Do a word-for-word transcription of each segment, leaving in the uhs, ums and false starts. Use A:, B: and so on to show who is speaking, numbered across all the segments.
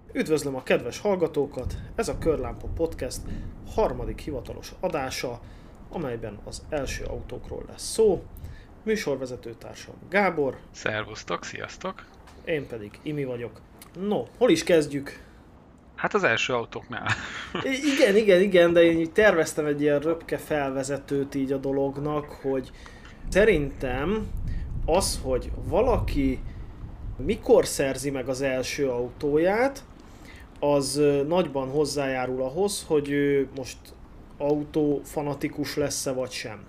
A: Üdvözlöm a kedves hallgatókat! Ez a Körlámpa Podcast harmadik hivatalos adása, amelyben az első autókról lesz szó. Műsorvezetőtársam Gábor.
B: Szervusztok, sziasztok!
A: Én pedig Imi vagyok. No, hol is kezdjük?
B: Hát az első autóknál.
A: I- igen, igen, igen, de én terveztem egy ilyen röpke felvezetőt így a dolognak, hogy szerintem az, hogy valaki mikor szerzi meg az első autóját, az nagyban hozzájárul ahhoz, hogy ő most autófanatikus lesz-e vagy sem.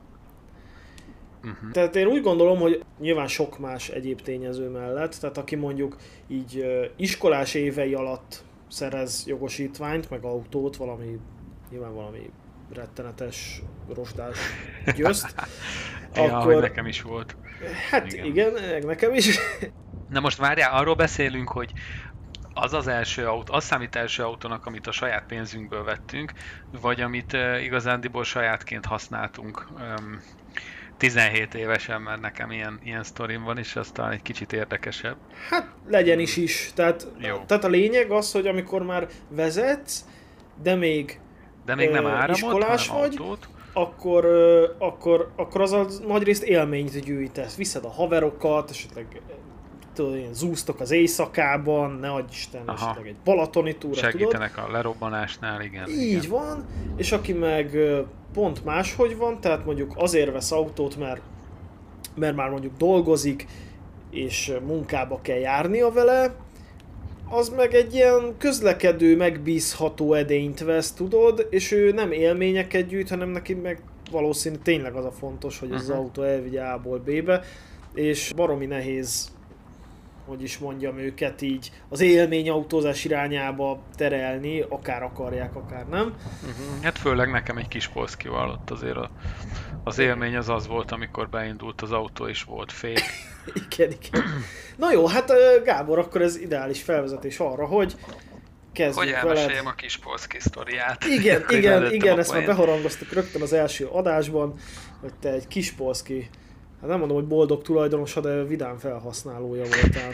A: Uh-huh. Tehát én úgy gondolom, hogy nyilván sok más egyéb tényező mellett, tehát aki mondjuk így iskolás évei alatt szerez jogosítványt, meg autót, valami, nyilván valami rettenetes rostás győzt,
B: ja,
A: akkor...
B: nekem is volt.
A: Hát igen, igen nekem is.
B: Na most várjál, arról beszélünk, hogy az az első autó, az számít első autónak, amit a saját pénzünkből vettünk, vagy amit uh, igazándiból sajátként használtunk um, tizenhét évesen, mert nekem ilyen, ilyen sztorim van, és aztán egy kicsit érdekesebb.
A: Hát legyen is is. Tehát,
B: Jó.
A: tehát a lényeg az, hogy amikor már vezetsz, de még,
B: de még nem áramot,
A: iskolás
B: hanem
A: vagy,
B: autót.
A: Akkor, akkor, akkor az a nagyrészt élményt gyűjtesz. Viszed a haverokat, esetleg tudod, ilyen zúztok az éjszakában, ne adj Isten, Aha. esetleg egy balatoni túra,
B: segítenek
A: tudod?
B: a lerobbanásnál, igen.
A: Így
B: igen.
A: van, és aki meg pont máshogy van, tehát mondjuk azért vesz autót, mert, mert már mondjuk dolgozik, és munkába kell járnia vele, az meg egy ilyen közlekedő, megbízható edényt vesz, tudod, és ő nem élményeket gyűjt, hanem neki meg valószínű tényleg az a fontos, hogy uh-huh. az autó elvigye A-ból B-be, és baromi nehéz, hogy is mondjam, őket így az élményautózás irányába terelni, akár akarják, akár nem.
B: Uh-huh. Hát főleg nekem egy kis Polszkival ott azért a, az élmény az az volt, amikor beindult az autó és volt fék.
A: igen, igen. Na jó, hát Gábor, akkor ez ideális felvezetés arra, hogy kezdjük
B: hogy
A: veled.
B: elmeséljem a kis Polszki sztoriát.
A: Igen, igen, igen, ezt már beharangoztuk rögtön az első adásban, hogy te egy kis Polszki, hát nem mondom, hogy boldog tulajdonosa, de vidám felhasználója voltál.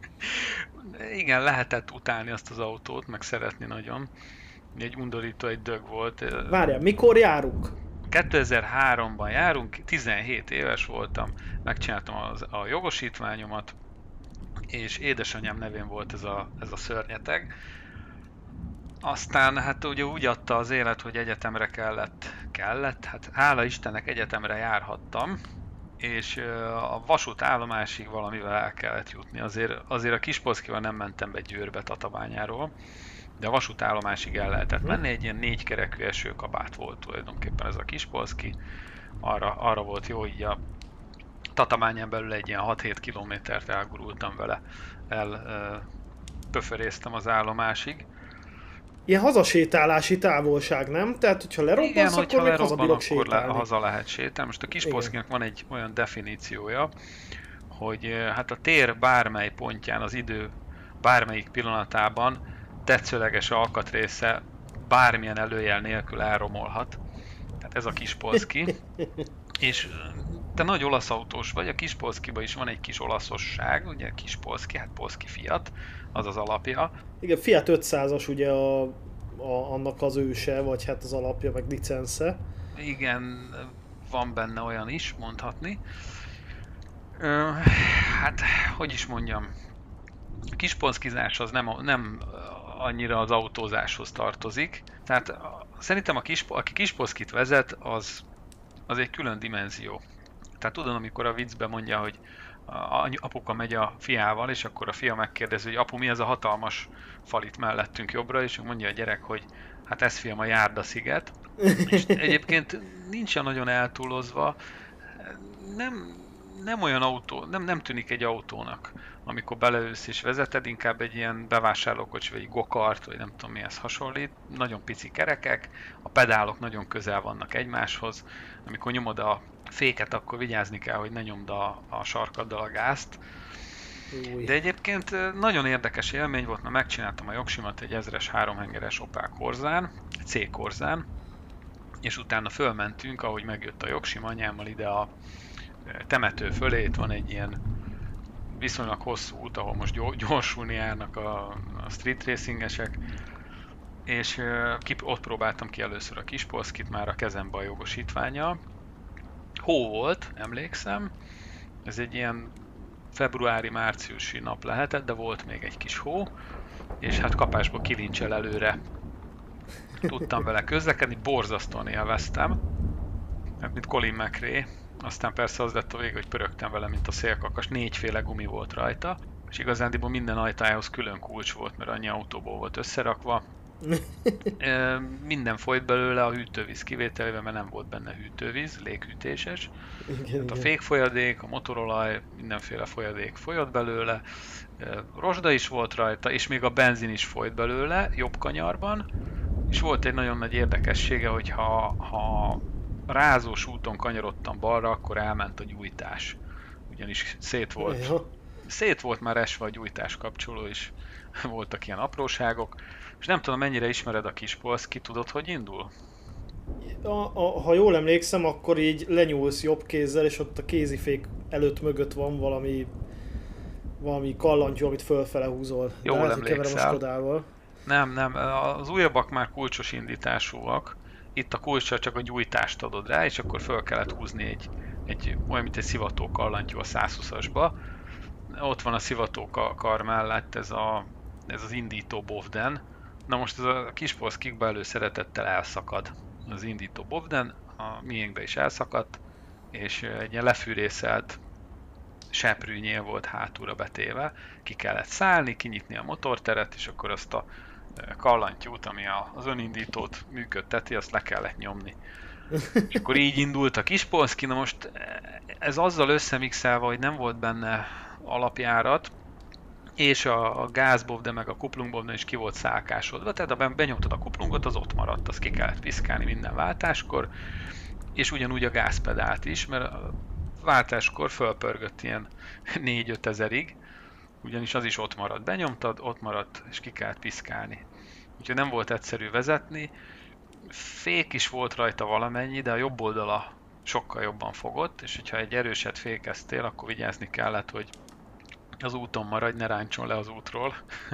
B: Igen, lehetett utálni azt az autót, meg szeretni nagyon. Egy undorító, egy dög volt.
A: Várjál, mikor járunk?
B: kétezer-háromban járunk, tizenhét éves voltam, megcsináltam az, a jogosítványomat, és édesanyám nevén volt ez a, ez a szörnyeteg. Aztán hát ugye úgy adta az élet, hogy egyetemre kellett, kellett, hát hála Istennek egyetemre járhattam, és a vasútállomásig valamivel el kellett jutni. Azért, azért a Kispolszkival nem mentem be Győrbe Tatabányáról, de a vasútállomásig el lehetett menni, egy ilyen négykerekű esőkabát volt tulajdonképpen ez a Kispolszki. Arra, arra volt jó, így a Tatabányán belül egy ilyen hat-hét kilométert elgurultam vele, el pöföréztem az állomásig.
A: Ilyen hazasétálási távolság, nem? Tehát, hogyha lerobbansz,
B: igen,
A: akkor
B: hogyha
A: még
B: lerobban,
A: haza
B: akkor
A: sétálni.
B: le, haza lehet sétálni. Most a Kispolszkinak van egy olyan definíciója, hogy hát a tér bármely pontján, az idő bármelyik pillanatában tetszőleges alkatrésze bármilyen előjel nélkül elromolhat. Tehát ez a Kispolszki. És te nagy olasz autós vagy, a Kispolszkiban is van egy kis olaszosság, ugye Kispolszki, hát Polszki Fiat, az az alapja.
A: Igen, Fiat ötszázas ugye a, a, annak az őse, vagy hát az alapja, meg licence.
B: Igen, van benne olyan is, mondhatni. Hát, hogy is mondjam, a kispolszkizás az nem, nem annyira az autózáshoz tartozik. Tehát szerintem a kis, aki Kispolszkit vezet, az, az egy külön dimenzió. Tehát tudom, amikor a viccben mondja, hogy apuka megy a fiával, és akkor a fia megkérdezi, hogy apu, mi ez a hatalmas fal itt mellettünk jobbra, és mondja a gyerek, hogy hát ez fiam a Járdasziget. És egyébként nincsen nagyon eltúlozva, nem, nem olyan autó, nem, nem tűnik egy autónak, amikor beleülsz és vezeted, inkább egy ilyen bevásárlókocsi, vagy egy gokart, vagy nem tudom mihez hasonlít. Nagyon pici kerekek, a pedálok nagyon közel vannak egymáshoz. Amikor nyomod a féket, akkor vigyázni kell, hogy ne nyomd a, a sarkaddal a gázt. Új. De egyébként nagyon érdekes élmény volt, mert megcsináltam a jogsimat egy ezres háromhengeres Opel Corzán, C Corzán, és utána fölmentünk, ahogy megjött a jogsim anyámmal ide a temető fölé, itt van egy ilyen viszonylag hosszú út, ahol most gyorsulni járnak a, a street racingesek, és ki, ott próbáltam ki először a Kispolszkit, már a kezembe a jogosítványa. Hó volt, emlékszem, ez egy ilyen februári-márciusi nap lehetett, de volt még egy kis hó, és hát kapásból kilincsel előre tudtam vele közlekedni, borzasztóan élveztem, hát mint Colin McRae, aztán persze az lett a vége, hogy pörögtem vele, mint a szélkakas, négyféle gumi volt rajta, és igazándiból minden ajtájához külön kulcs volt, mert annyi autóból volt összerakva. E, minden folyt belőle, a hűtővíz kivételével, mert nem volt benne hűtővíz, léghűtéses.
A: Igen,
B: hát a
A: igen.
B: fékfolyadék, a motorolaj, mindenféle folyadék folyott belőle, e, rozsda is volt rajta, és még a benzin is folyt belőle, jobb kanyarban. És volt egy nagyon nagy érdekessége, hogy ha, ha rázós úton kanyarodtam balra, akkor elment a gyújtás. Ugyanis szét volt,
A: Ja.
B: szét volt már esve a gyújtás kapcsoló is. Voltak ilyen apróságok. És nem tudom, mennyire ismered a Kispolszki, tudod, hogy indul?
A: A, a, ha jól emlékszem, akkor így lenyúlsz jobb kézzel, és ott a kézifék előtt mögött van valami valami kallantyú, amit fölfele húzol.
B: Jól
A: De lehet, hogy keverem a
B: emlékszel.
A: Skodával.
B: Nem, nem, az újabbak már kulcsos indításúak. Itt a kulcsra csak a gyújtást adod rá, és akkor föl kellett húzni egy, egy olyan, mint egy szivató kallantyú a százhúszasba. Ott van a szivató kar mellett ez, a, ez az indító bovden. Na most ez a Kispolszkikba előszeretettel elszakad. Az indító bovden, a miénkbe is elszakadt, és egy ilyen lefűrészelt seprűnyél volt hátulra betéve, ki kellett szállni, kinyitni a motorteret, és akkor azt a kallantyút, ami az önindítót működteti, azt le kellett nyomni. És akkor így indult a Kispolszki, na most ez azzal összemixelve, hogy nem volt benne alapjárat, és a, a gázbovde meg a kuplungbovde is ki volt szálkásodva, tehát ha benyomtad a kuplungot, az ott maradt, azt ki kellett piszkálni minden váltáskor, és ugyanúgy a gázpedált is, mert a váltáskor fölpörgött ilyen négy-öt ezerig, ugyanis az is ott maradt. Benyomtad, ott maradt, és ki kellett piszkálni. Úgyhogy nem volt egyszerű vezetni. Fék is volt rajta valamennyi, de a jobb oldala sokkal jobban fogott, és hogyha egy erőset fékeztél, akkor vigyázni kellett, hogy az úton maradj, ne ráncson le az útról.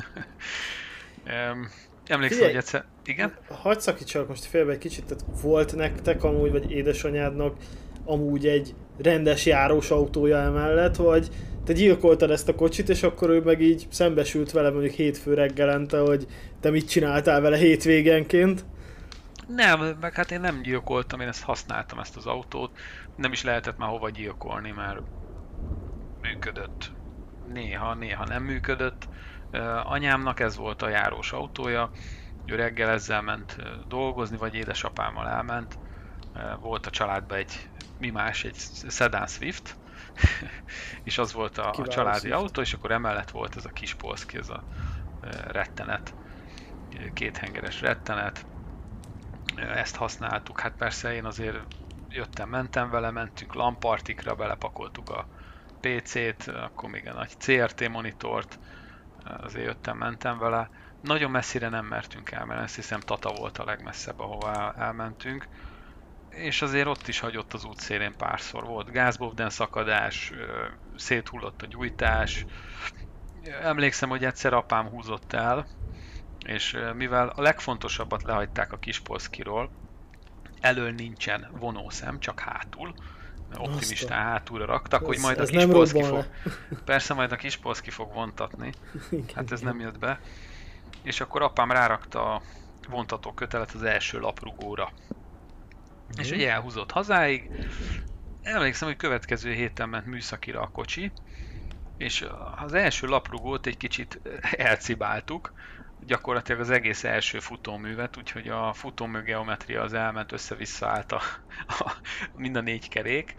B: Emlékszem,
A: Figyelj,
B: hogy egyszer... Igen?
A: Hadd szakítsalak most félbe egy kicsit, tehát volt nektek amúgy, vagy édesanyádnak amúgy egy rendes járós autója emellett, vagy te gyilkoltad ezt a kocsit, és akkor ő meg így szembesült vele mondjuk hétfő reggelente, hogy te mit csináltál vele hétvégenként?
B: Nem, meg hát én nem gyilkoltam, én ezt használtam, ezt az autót. Nem is lehetett már hova gyilkolni, mert működött. Néha, néha nem működött. Anyámnak ez volt a járós autója, ő reggel ezzel ment dolgozni, vagy édesapámmal elment. Volt a családban egy, mi más, egy Sedan Swift, és az volt a, a családi Swift autó, és akkor emellett volt ez a Kispolszki, ez a rettenet, kéthengeres rettenet. Ezt használtuk, hát persze én azért jöttem, mentem vele, mentünk lampartikra, belepakoltuk a pé cét, akkor még egy nagy cé er té monitort, azért jöttem, mentem vele. Nagyon messzire nem mertünk el, mert azt hiszem Tata volt a legmesszebb, ahova elmentünk. És azért ott is hagyott az útszélén párszor. Volt gázbovden szakadás, széthullott a gyújtás. Emlékszem, hogy egyszer apám húzott el, és mivel a legfontosabbat lehagyták a Kispolszkiról, elől nincsen vonószem, csak hátul, optimistán hátulra raktak, ez, hogy majd a Kispolszki fog... Persze majd a Kispolszki fog vontatni. Hát ez nem jött be. És akkor apám rárakta a vontató kötelet az első laprugóra. Mm. És ugye elhúzott hazáig. Emlékszem, hogy következő héten ment műszakira a kocsi, és az első laprugót egy kicsit elcibáltuk, gyakorlatilag az egész első futóművet, úgyhogy a futómű geometria az elment, össze-vissza állt a, a, mind a négy kerék.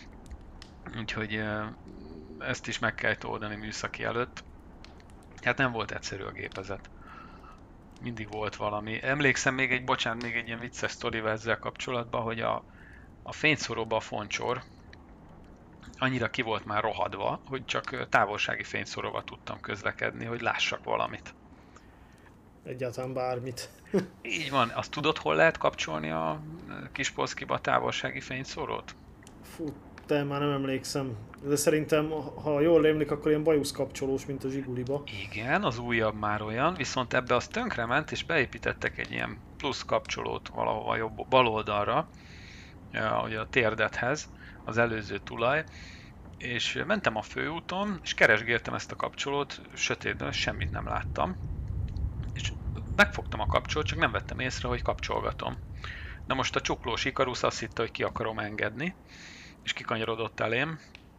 B: Úgyhogy ezt is meg kellett oldani műszaki előtt. Hát nem volt egyszerű a gépezet. Mindig volt valami. Emlékszem még egy, bocsánat, még egy ilyen vicces sztorival ezzel kapcsolatban, hogy a, a fényszóróba a foncsor annyira ki volt már rohadva, hogy csak távolsági fényszóróval tudtam közlekedni, hogy lássak valamit.
A: Egyáltalán bármit.
B: Így van. Azt tudod, hol lehet kapcsolni a Kispolszkiba a távolsági fényszórót?
A: Fú, Te már nem emlékszem. De szerintem, ha jól rémlik, akkor ilyen bajusz kapcsolós, mint a Zsiguliba.
B: Igen, az újabb már olyan, viszont ebbe az tönkrement, és beépítettek egy ilyen plusz kapcsolót valahova jobb, bal oldalra, ugye a térdethez, az előző tulaj, és mentem a főúton, és keresgéltem ezt a kapcsolót, sötétben semmit nem láttam, és megfogtam a kapcsolót, csak nem vettem észre, hogy kapcsolgatom. Na most a csuklós Ikarusz azt hitte, hogy ki akarom engedni, és kikanyarodott elém,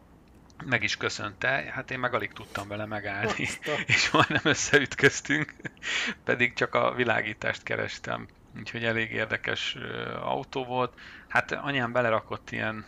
B: meg is köszönte, hát én meg alig tudtam vele megállni, és majdnem összeütköztünk, pedig csak a világítást kerestem. Úgyhogy elég érdekes autó volt. Hát anyám belerakott ilyen,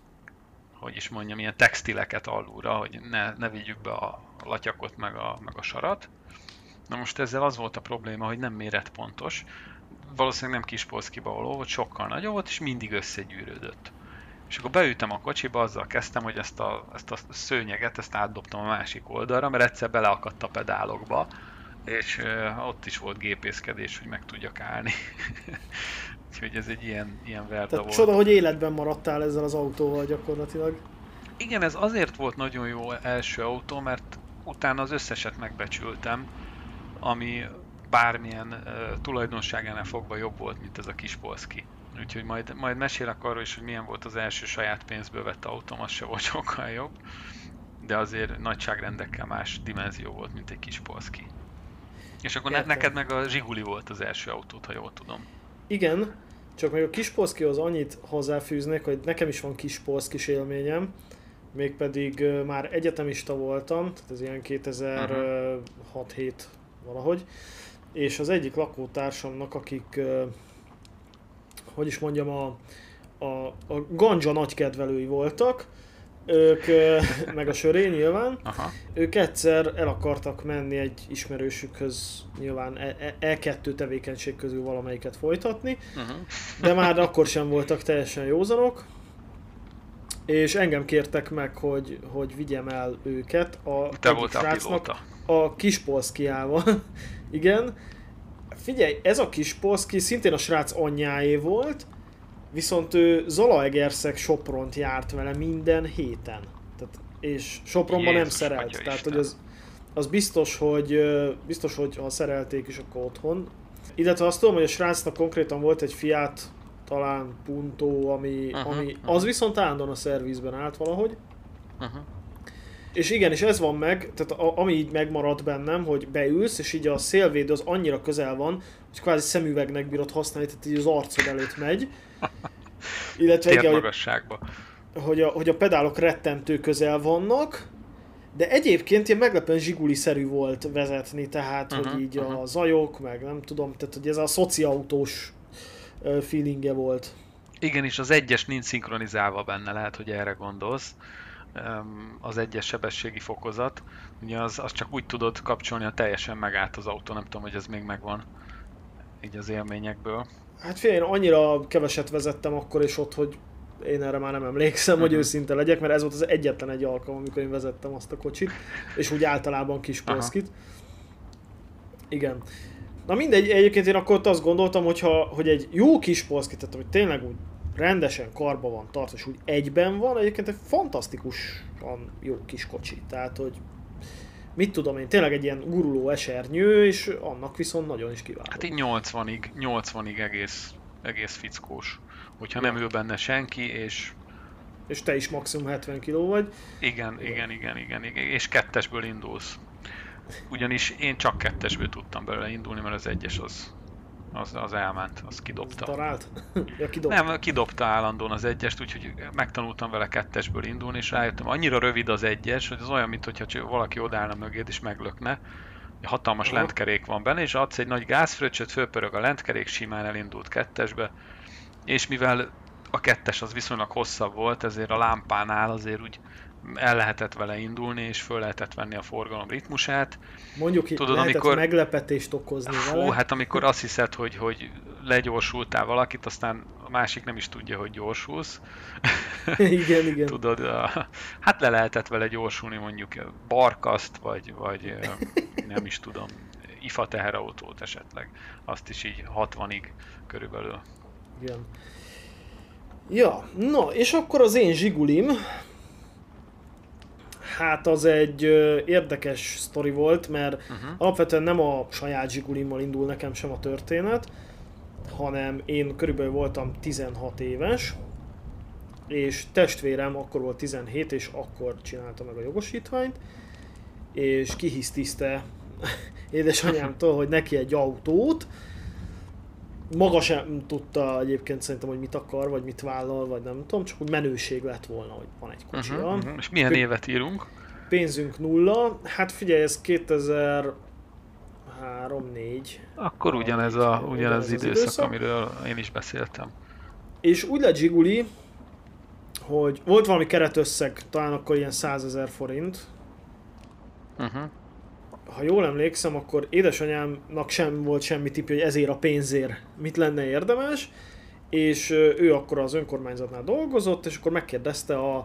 B: hogy is mondjam, ilyen textileket alulra, hogy ne, ne vigyük be a latyakot meg a, meg a sarat. Na most ezzel az volt a probléma, hogy nem méretpontos. Valószínűleg nem Kispolszkiba való volt, sokkal nagyobb volt, és mindig összegyűrődött. És akkor beültem a kocsiba, azzal kezdtem, hogy ezt a, ezt a szőnyeget, ezt átdobtam a másik oldalra, mert egyszer beleakadt a pedálokba, és uh, ott is volt gépészkedés, hogy meg tudjak állni. Úgyhogy ez egy ilyen, ilyen verda
A: Tehát
B: volt.
A: csoda, hogy életben maradtál ezzel az autóval gyakorlatilag.
B: Igen, ez azért volt nagyon jó első autó, mert utána az összeset megbecsültem, ami bármilyen uh, tulajdonságánál fogva jobb volt, mint ez a Kispolszki. Úgyhogy majd, majd mesélek arról is, hogy milyen volt az első saját pénzből vett autóm, az se volt sokkal jobb. De azért nagyságrendekkel más dimenzió volt, mint egy Kispolszki. És akkor ne, neked meg a Zsiguli volt az első autót, ha jól tudom.
A: Igen, csak még a Kispolszkihoz annyit hozzáfűznék, hogy nekem is van Kispolszkis élményem, mégpedig uh, már egyetemista voltam, tehát ez ilyen kétezer-hat hét valahogy, és az egyik lakótársamnak, akik, uh, hogy is mondjam, a, a, a ganja nagykedvelői voltak, ők, uh, meg a söré nyilván, aha. Ők egyszer el akartak menni egy ismerősükhöz, nyilván E kettő tevékenység közül valamelyiket folytatni, uh-huh. De már akkor sem voltak teljesen józanok, és engem kértek meg, hogy, hogy vigyem el őket a
B: Te voltál srácnak
A: a Kispolszkiával. Igen. Figyelj, ez a Kispolszki szintén a srác anyjáé volt, viszont ő Zalaegerszeg Sopront járt vele minden héten. Tehát, és Sopronban Jézus, nem szerelt. Tehát, hogy az, az biztos, hogy biztos, hogy ha szerelték is, akkor otthon. Illetve azt tudom, hogy a srácnak konkrétan volt egy Fiat, talán Punto, ami, uh-huh, ami uh-huh. az viszont állandóan a szervizben állt valahogy. Uh-huh. És igen, és ez van meg, tehát a, ami így megmaradt bennem, hogy beülsz, és így a szélvédő az annyira közel van, hogy kvázi szemüvegnek bírod használni, tehát így az arcod előtt megy. Illetve igen,
B: magasságba.
A: Hogy, hogy, a, hogy a pedálok rettentő közel vannak, de egyébként ilyen meglepően zsiguli-szerű volt vezetni, tehát uh-huh, hogy így uh-huh. a zajok, meg nem tudom, tehát hogy ez a szociautós feelingje volt.
B: Igen, és az egyes nincs szinkronizálva benne, lehet, hogy erre gondolsz. Az egyes sebességi fokozat, ugye az, az csak úgy tudod kapcsolni, ha teljesen megállt az autó, nem tudom, hogy ez még megvan így az élményekből.
A: Hát figyelj, én annyira keveset vezettem akkor és ott, hogy én erre már nem emlékszem, uh-huh. hogy őszinte legyek, mert ez volt az egyetlen egy alkalom, amikor én vezettem azt a kocsit, és úgy általában Kispolszkit. Uh-huh. Igen. Na mindegy, egyébként én akkor azt gondoltam, hogyha, hogy egy jó Kispolszki, tehát hogy tényleg úgy rendesen karba van tartva, és úgy egyben van, egyébként egy fantasztikusan jó kis kocsi. Tehát, hogy mit tudom én, tényleg egy ilyen guruló esernyő, és annak viszont nagyon is kiváló.
B: Hát így nyolcvanig, nyolcvanig egész, egész fickós. Hogyha ja. nem ül benne senki, és...
A: És te is maximum hetven kiló vagy.
B: Igen, igen, igen, igen, igen, és kettesből indulsz. Ugyanis én csak kettesből tudtam belőle indulni, mert az egyes az, az, az elment, az kidobta.
A: Talált? Ja, kidobta.
B: Nem, kidobta állandóan az egyest, úgyhogy megtanultam vele kettesből indulni, és rájöttem, annyira rövid az egyes, hogy az olyan, mintha valaki odállna mögéd és meglökne. Hatalmas Aha. lentkerék van benne, és adsz egy nagy gázfröccsöt, fölpörög a lentkerék, simán elindult kettesbe. És mivel a kettes az viszonylag hosszabb volt, ezért a lámpánál azért úgy el lehetett vele indulni, és föl lehetett venni a forgalom ritmusát.
A: Mondjuk, tudod, lehetett amikor, meglepetést okozni
B: fú,
A: vele.
B: Hát amikor azt hiszed, hogy, hogy legyorsultál valakit, aztán a másik nem is tudja, hogy gyorsulsz.
A: Igen, igen.
B: Tudod, a, hát le lehetett vele gyorsulni mondjuk barkaszt, vagy, vagy nem is tudom, ifa teherautót esetleg. Azt is így hatvanig körülbelül.
A: Igen. Ja, na, és akkor az én Zsigulim, hát az egy ö, érdekes sztori volt, mert
B: Uh-huh.
A: alapvetően nem a saját Zsigulimmal indul nekem sem a történet, hanem én körülbelül voltam tizenhat éves, és testvérem akkor volt tizenhét, és akkor csinálta meg a jogosítványt, és kihisztiszte édesanyámtól, hogy neki egy autót. Maga sem tudta egyébként szerintem, hogy mit akar, vagy mit vállal, vagy nem tudom, csak hogy menőség lett volna, hogy van egy kocsia.
B: Uh-huh. Uh-huh. És milyen évet írunk?
A: Pénzünk nulla, hát figyelj, ez kétezer-három négy.
B: Akkor ugyanez, a, ugyanez az időszak, időszak, amiről én is beszéltem.
A: És úgy lett Zsiguli, hogy volt valami keretösszeg, talán akkor ilyen százezer forint.
B: Uh-huh.
A: Ha jól emlékszem, akkor édesanyámnak sem volt semmi tippja, hogy ezért a pénzért mit lenne érdemes, és ő akkor az önkormányzatnál dolgozott, és akkor megkérdezte a,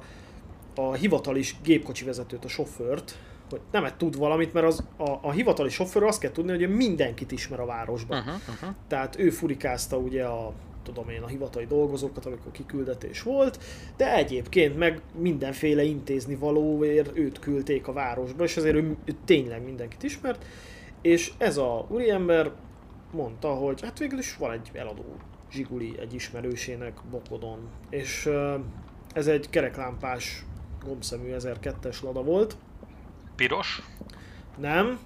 A: a hivatali gépkocsi vezetőt, a sofőrt, hogy nem tud valamit, mert az, a, a hivatali sofőr azt kell tudni, hogy ő mindenkit ismer a városban.
B: Uh-huh. Uh-huh.
A: Tehát ő furikázta ugye a tudom én, a hivatali dolgozókat, amikor kiküldetés volt, de egyébként meg mindenféle intézni valóért őt küldték a városba, és ezért ő, ő tényleg mindenkit ismert, és ez a úriember mondta, hogy hát végül is van egy eladó Zsiguli egy ismerősének Bokodon, és ez egy kereklámpás gombszemű ezerkettes Lada volt.
B: Piros?
A: Nem,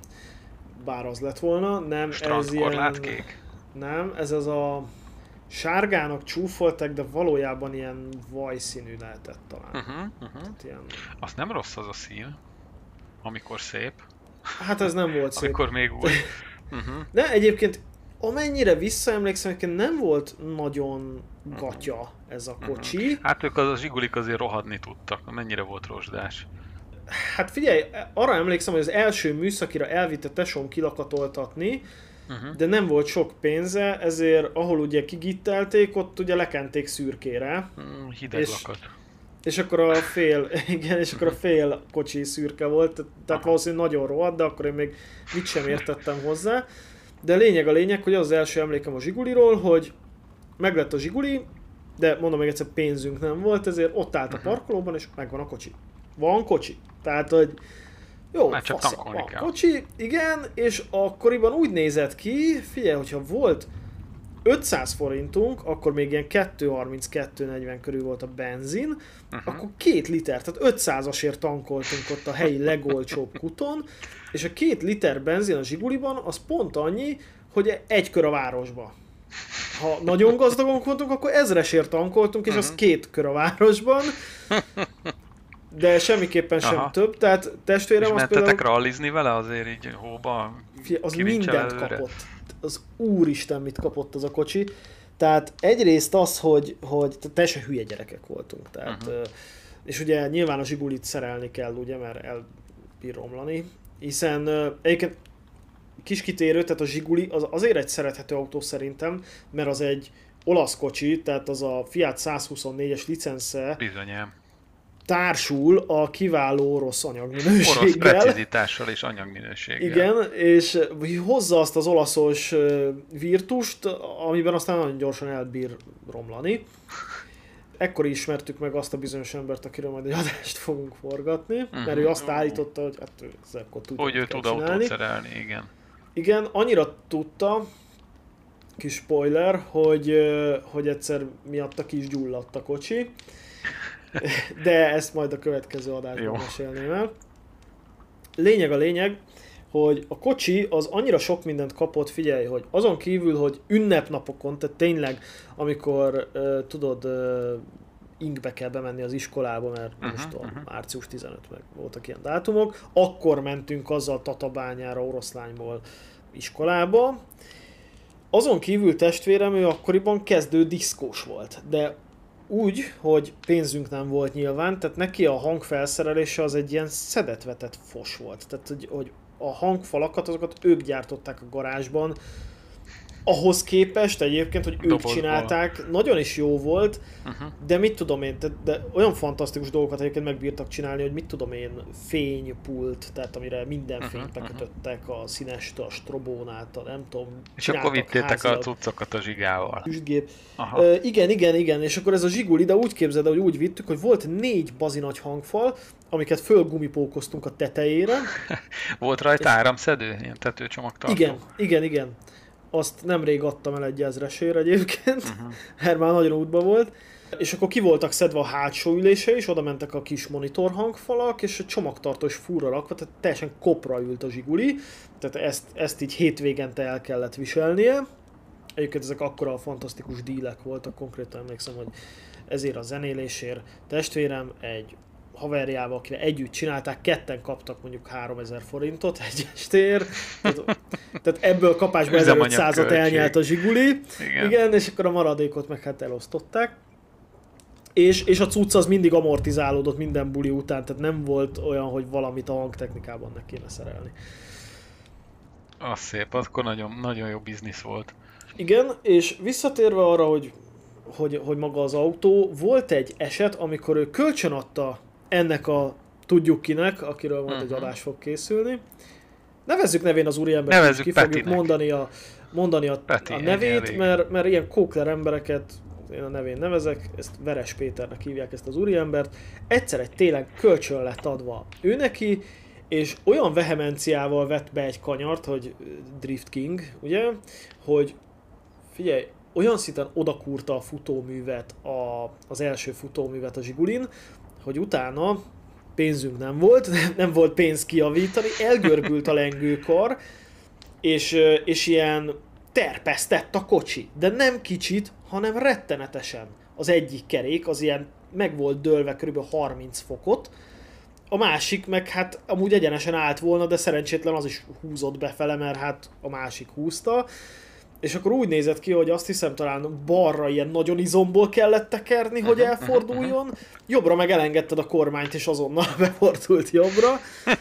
A: bár az lett volna, nem, ez ilyen...
B: kék?
A: Nem, ez az a sárgának csúfoltak, de valójában ilyen vajszínű lehetett talán.
B: Uh-huh, uh-huh.
A: Ilyen...
B: Az nem rossz az a szín, amikor szép.
A: Hát ez nem volt szép.
B: Amikor még új. Uh-huh.
A: De egyébként amennyire visszaemlékszem, hogy nem volt nagyon gatya ez a kocsi. Uh-huh.
B: Hát ők az a Zsigulik azért rohadni tudtak, mennyire volt rozsdás.
A: Hát figyelj, arra emlékszem, hogy az első műszakira elvitte tesóm kilakatoltatni, uh-huh. de nem volt sok pénze, ezért ahol ugye kigittelték, ott ugye lekenték szürkére.
B: Mm, hideg
A: és,
B: lakat.
A: És akkor a fél, igen, és akkor a fél kocsi szürke volt, tehát valószínűleg nagyon rohadt, de akkor én még mit sem értettem hozzá. De lényeg a lényeg, hogy az az első emlékem a Zsiguliról, hogy meglett a Zsiguli, de mondom még egyszer, pénzünk nem volt, ezért ott állt a parkolóban, és megvan a kocsi. Van kocsi. Tehát, hogy jó,
B: már csak
A: fasz,
B: tankolni
A: van
B: kell.
A: kocsi, igen, és akkoriban úgy nézett ki, figyelj, hogyha volt ötszáz forintunk, akkor még ilyen kettő harminc kettő negyven körül volt a benzin, uh-huh. akkor két liter, tehát ötszázasért tankoltunk ott a helyi legolcsóbb kuton, és a két liter benzin a Zsiguliban az pont annyi, hogy egy kör a városba. Ha nagyon gazdagon voltunk, akkor ezresért tankoltunk, és uh-huh. az két kör a városban. De semmiképpen sem Aha. több, tehát testvérem
B: és
A: az például...
B: mentetek rallizni vele azért így hóba?
A: Az mindent kapott. Az úristen mit kapott az a kocsi. Tehát egyrészt az, hogy, hogy teljesen hülye gyerekek voltunk. Tehát, uh-huh. és ugye nyilván a Zsigulit szerelni kell, ugye, mert elbír romlani. Hiszen egyébként kis kitérő, tehát a Zsiguli az azért egy szerethető autó szerintem, mert az egy olasz kocsi, tehát az a Fiat százhuszonnégyes licence.
B: Bizonyám.
A: Társul a kiváló orosz anyagminőséggel.
B: Orosz precizitással és anyagminőséggel.
A: Igen, és hozza azt az olaszos virtust, amiben aztán nagyon gyorsan elbír romlani. Ekkor ismertük meg azt a bizonyos embert, akiről majd egy adást fogunk forgatni, uh-huh. mert ő azt állította, hogy hát ő akkor tudja,
B: hogy ő tud autót szerelni, igen.
A: Igen, annyira tudta, kis spoiler, hogy, hogy egyszer miatta ki is gyulladt a kocsi. De ezt majd a következő adásban Jó. mesélném el. Lényeg a lényeg, hogy a kocsi az annyira sok mindent kapott, figyelj, hogy azon kívül, hogy ünnepnapokon, tehát tényleg, amikor uh, tudod, uh, inkbe kell bemenni az iskolába, mert uh-huh, most a uh-huh. március tizenötödike meg voltak ilyen dátumok, akkor mentünk azzal Tatabányára, Oroszlányból iskolába. Azon kívül testvérem, ő akkoriban kezdő diszkós volt, de úgy, hogy pénzünk nem volt nyilván, tehát neki a hangfelszerelése az egy ilyen szedetvetett fos volt. Tehát, hogy, hogy a hangfalakat, azokat ők gyártották a garázsban. ahhoz képest egyébként, hogy ők
B: Dobozból.
A: csinálták, nagyon is jó volt,
B: Uh-huh.
A: de mit tudom én, de, de olyan fantasztikus dolgokat egyébként megbírtak csinálni, hogy mit tudom én, fénypult, tehát amire minden fényt
B: Uh-huh, uh-huh.
A: bekötöttek, a színest, a strobónát, a nem tudom,
B: És akkor vittétek a cuccokat a zsigával.
A: Füstgép.
B: Aha.
A: Uh, igen, igen, igen, és akkor ez a zsiguli, de úgy képzeld, hogy úgy vittük, hogy volt négy bazi nagy hangfal, amiket fölgumipókoztunk a tetejére.
B: Volt rajta áramszedő? Ilyen tetőcsomagtartó?
A: Igen, igen, igen. Azt nemrég adtam el egy ezresére egyébként,
B: Uh-huh.
A: mert már nagyon útban volt. És akkor ki voltak szedve a hátsó ülése is, oda mentek a kis monitor hangfalak, és a csomagtartó is furra rakva, tehát teljesen kopra ült a zsiguli. Tehát ezt, ezt így hétvégente el kellett viselnie. Egyébként ezek akkora fantasztikus dílek voltak, konkrétan emlékszem, hogy ezért a zenélésért testvérem egy haverjával, akivel együtt csinálták, ketten kaptak mondjuk háromezer forintot egy estér. Tehát, tehát ebből kapásból ezerötszázat elnyelt a zsiguli.
B: Igen.
A: Igen, és akkor a maradékot meg hát elosztották. És, és a cucc az mindig amortizálódott minden buli után, tehát nem volt olyan, hogy valamit a hangtechnikában ne kéne szerelni.
B: Az szép, akkor nagyon, nagyon jó biznisz volt.
A: Igen, és visszatérve arra, hogy, hogy, hogy maga az autó, volt egy eset, amikor ő kölcsönadta ennek a tudjuk kinek, akiről majd uh-huh. egy adás fog készülni. Nevezzük nevén az úriembert,
B: Nevezzük
A: ki fogjuk
B: Petinek.
A: mondani a, mondani a,
B: Peti,
A: a
B: ennyi
A: nevét,
B: elég.
A: mert, mert ilyen kókler embereket én a nevén nevezek, ezt Veres Péternek hívják ezt az úriembert. Egyszer egy télen kölcsön lett adva ő neki, és olyan vehemenciával vett be egy kanyart, hogy Drift King, ugye, hogy figyelj, olyan szinten odakúrta a futóművet, a, az első futóművet a zsigulin, hogy utána pénzünk nem volt, nem volt pénz kijavítani, elgörbült a lengőkar, és, és ilyen terpesztett a kocsi, de nem kicsit, hanem rettenetesen. Az egyik kerék az ilyen meg volt dőlve kb. harminc fokot, a másik meg hát amúgy egyenesen állt volna, de szerencsétlen az is húzott befele, mert hát a másik húzta. És akkor úgy nézett ki, hogy azt hiszem talán balra ilyen nagyon izomból kellett tekerni, hogy elforduljon, jobbra meg elengedted a kormányt, és azonnal befordult jobbra.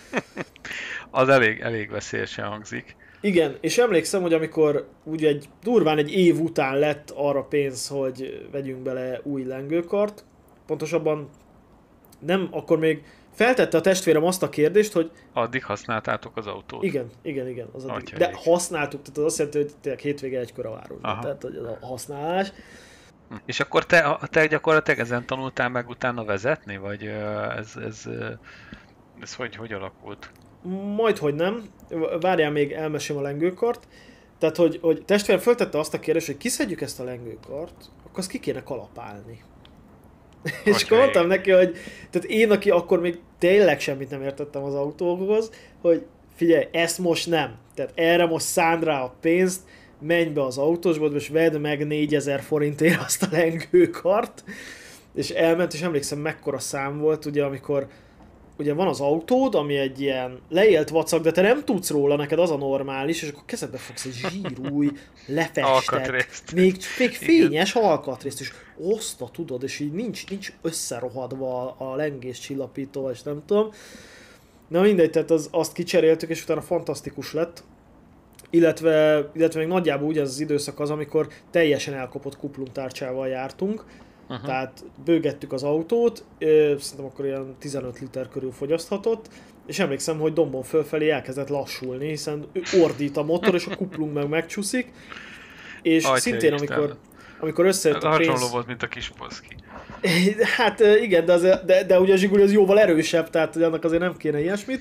B: Az elég, elég veszélyesen hangzik.
A: Igen, és emlékszem, hogy amikor úgy egy durván egy év után lett arra pénz, hogy vegyünk bele új lengőkart, pontosabban nem, akkor még feltette a testvérem azt a kérdést, hogy
B: Addig használtátok az autót?
A: igen, igen, igen, az addig.
B: Atyaik.
A: De használtuk, tehát az azt jelenti, hogy tényleg hétvége egykor a városban, tehát hogy az a használás.
B: És akkor te, te gyakorlatilag ezen tanultál meg utána vezetni, vagy ö, ez, ez, ö, ez hogy, hogy alakult?
A: Majdhogy nem, várjál még, elmesélem a lengőkart. Tehát, hogy, hogy testvérem föltette azt a kérdést, hogy kiszedjük ezt a lengőkart, akkor azt ki kéne kalapálni. És akkor mondtam neki, hogy tehát én, aki akkor még tényleg semmit nem értettem az autókhoz, hogy figyelj, ezt most nem. Tehát erre most szánd rá a pénzt, menj be az autósboltba, és vedd meg négyezer forintért azt a lengőkart. És elment, és emlékszem, mekkora szám volt, ugye, amikor ugye van az autód, ami egy ilyen leélt vacak, de te nem tudsz róla, neked az a normális, és akkor kezedbe fogsz egy zsírúj, lefestett, még, még fényes alkatrészt, és oszta, tudod, és így nincs, nincs összerohadva a lengés csillapító, és nem tudom. Na mindegy, tehát az, azt kicseréltük, és utána fantasztikus lett. Illetve, illetve még nagyjából úgy az, az időszak az, amikor teljesen elkopott kuplungtárcsával jártunk. Uh-huh. Tehát bőgettük az autót, szerintem akkor ilyen tizenöt liter körül fogyaszthatott, és emlékszem, hogy dombon fölfelé elkezdett lassulni, hiszen ordít a motor, és a kuplung meg megcsúszik, és Ajtja szintén amikor, amikor összejött a pénz...
B: Hasonló volt, mint a kis Polszki.
A: Hát igen, de, az, de, de ugye a Zsiguli az jóval erősebb, tehát hogy annak azért nem kéne ilyesmit.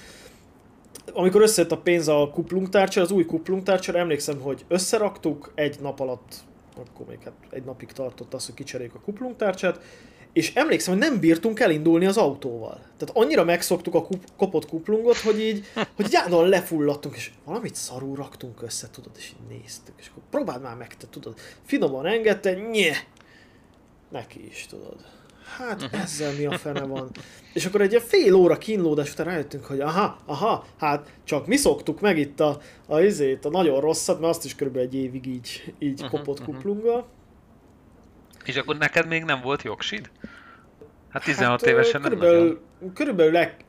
A: Amikor összejött a pénz a kuplungtárcsára, az új kuplungtárcsára, emlékszem, hogy összeraktuk egy nap alatt, akkor még hát egy napig tartott az, hogy kicseréljük a kuplungtárcsát, és emlékszem, hogy nem bírtunk elindulni az autóval. Tehát annyira megszoktuk a kup, kopott kuplungot, hogy így, hogy így állandóan lefulladtunk, és valamit szarul raktunk össze, tudod, és így néztük, és akkor próbáld már meg, te tudod, finoman engedte, nye, neki is, tudod. Hát ezzel mi a fene van. És akkor egy ilyen fél óra kínlódás után rájöttünk, hogy aha, aha, hát csak mi szoktuk meg itt a, a, izét, a nagyon rosszat, mert azt is körülbelül egy évig így, így uh-huh, kopott uh-huh. kuplunggal.
B: És akkor neked még nem volt jogsid? Hát tizenhat
A: hát,
B: évesen
A: körülbelül,
B: nem nagyon.
A: Körülbelül e, e,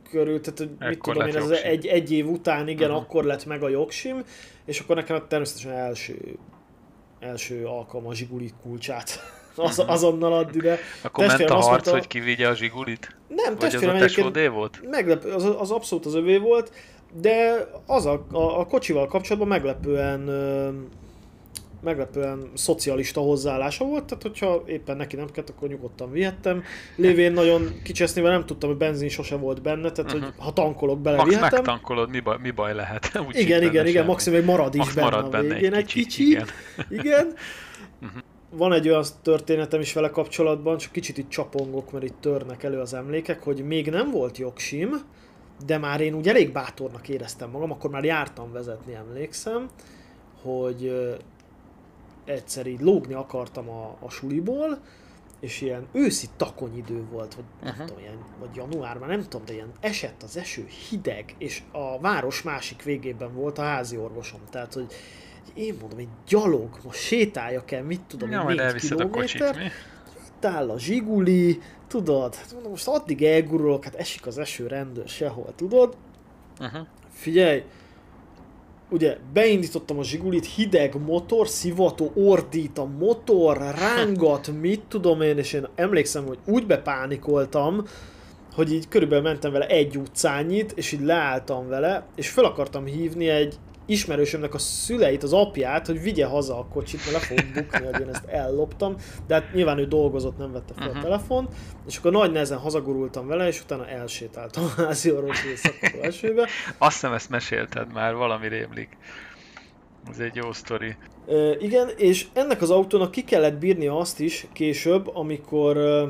A: körül, tehát hogy mit
B: Ekkor
A: tudom én,
B: lett
A: ez
B: jogsim.
A: egy, egy év után, igen,
B: Mhm.
A: akkor lett meg a jogsim, és akkor nekem természetesen első, első alkalom a Zsiguli kulcsát az,
B: Mhm.
A: azonnal add ide.
B: Akkor ment a
A: Testvérem azt
B: harc,
A: mondta-
B: hogy kivigye a Zsigulit?
A: Nem,
B: Vagy az a
A: testvérem egyébként
B: tesódé volt?
A: meglepő, az, az abszolút az övé volt, de az a, a, a kocsival kapcsolatban meglepően ö, meglepően szocialista hozzáállása volt, tehát hogyha éppen neki nem kellett, akkor nyugodtan vihettem. Lévén nagyon kicseszni, mert nem tudtam, hogy benzin sose volt benne, tehát hogy
B: Mhm.
A: ha tankolok,
B: Max
A: belevihetem.
B: megtankolod, mi baj, mi baj lehet? Úgy
A: Igen, igen,
B: benne
A: igen,
B: semmi.
A: maximum még marad is
B: Max
A: benne
B: marad
A: a
B: benne
A: végén,
B: egy
A: egy
B: kicsi,
A: kicsi.
B: igen.
A: Igen.
B: Mhm.
A: Van egy olyan történetem is vele kapcsolatban, csak kicsit itt csapongok, mert itt törnek elő az emlékek, hogy még nem volt jogsim, de már én úgy elég bátornak éreztem magam, akkor már jártam vezetni, emlékszem, hogy ö, egyszer így lógni akartam a, a suliból, és ilyen őszi takonyidő volt, vagy nem
B: Mhm.
A: tudom, ilyen, vagy január, már nem tudom, de ilyen esett az eső, hideg, és a város másik végében volt a házi orvosom, tehát hogy én mondom, egy gyalog, most sétáljak el, mit tudom,
B: Ja,
A: én,
B: majd
A: négy
B: elviszed a kocsit,
A: kilométer,
B: mi?
A: itt áll a Zsiguli, tudod, hát mondom, most addig elgurulok, hát esik az eső rendőr sehol, tudod?
B: Uh-huh.
A: Figyelj, ugye beindítottam a Zsigulit, hideg motor, szivató, ordít a motor, rángat, mit tudom én, és én emlékszem, hogy úgy bepánikoltam, hogy így körülbelül mentem vele egy utcányit, és így leálltam vele, és fel akartam hívni egy ismerősömnek a szüleit, az apját, hogy vigye haza a kocsit, mert le fogok bukni, hogy én ezt elloptam, de hát nyilván ő dolgozott, nem vette fel uh-huh. a telefont, és akkor nagy nehezen hazagurultam vele, és utána elsétáltam a házi orvoshoz szakadó esőbe.
B: Azt hiszem, ezt mesélted már, valami rémlik. Ez egy jó sztori.
A: Uh, igen, és ennek az autónak ki kellett bírnia azt is később, amikor uh,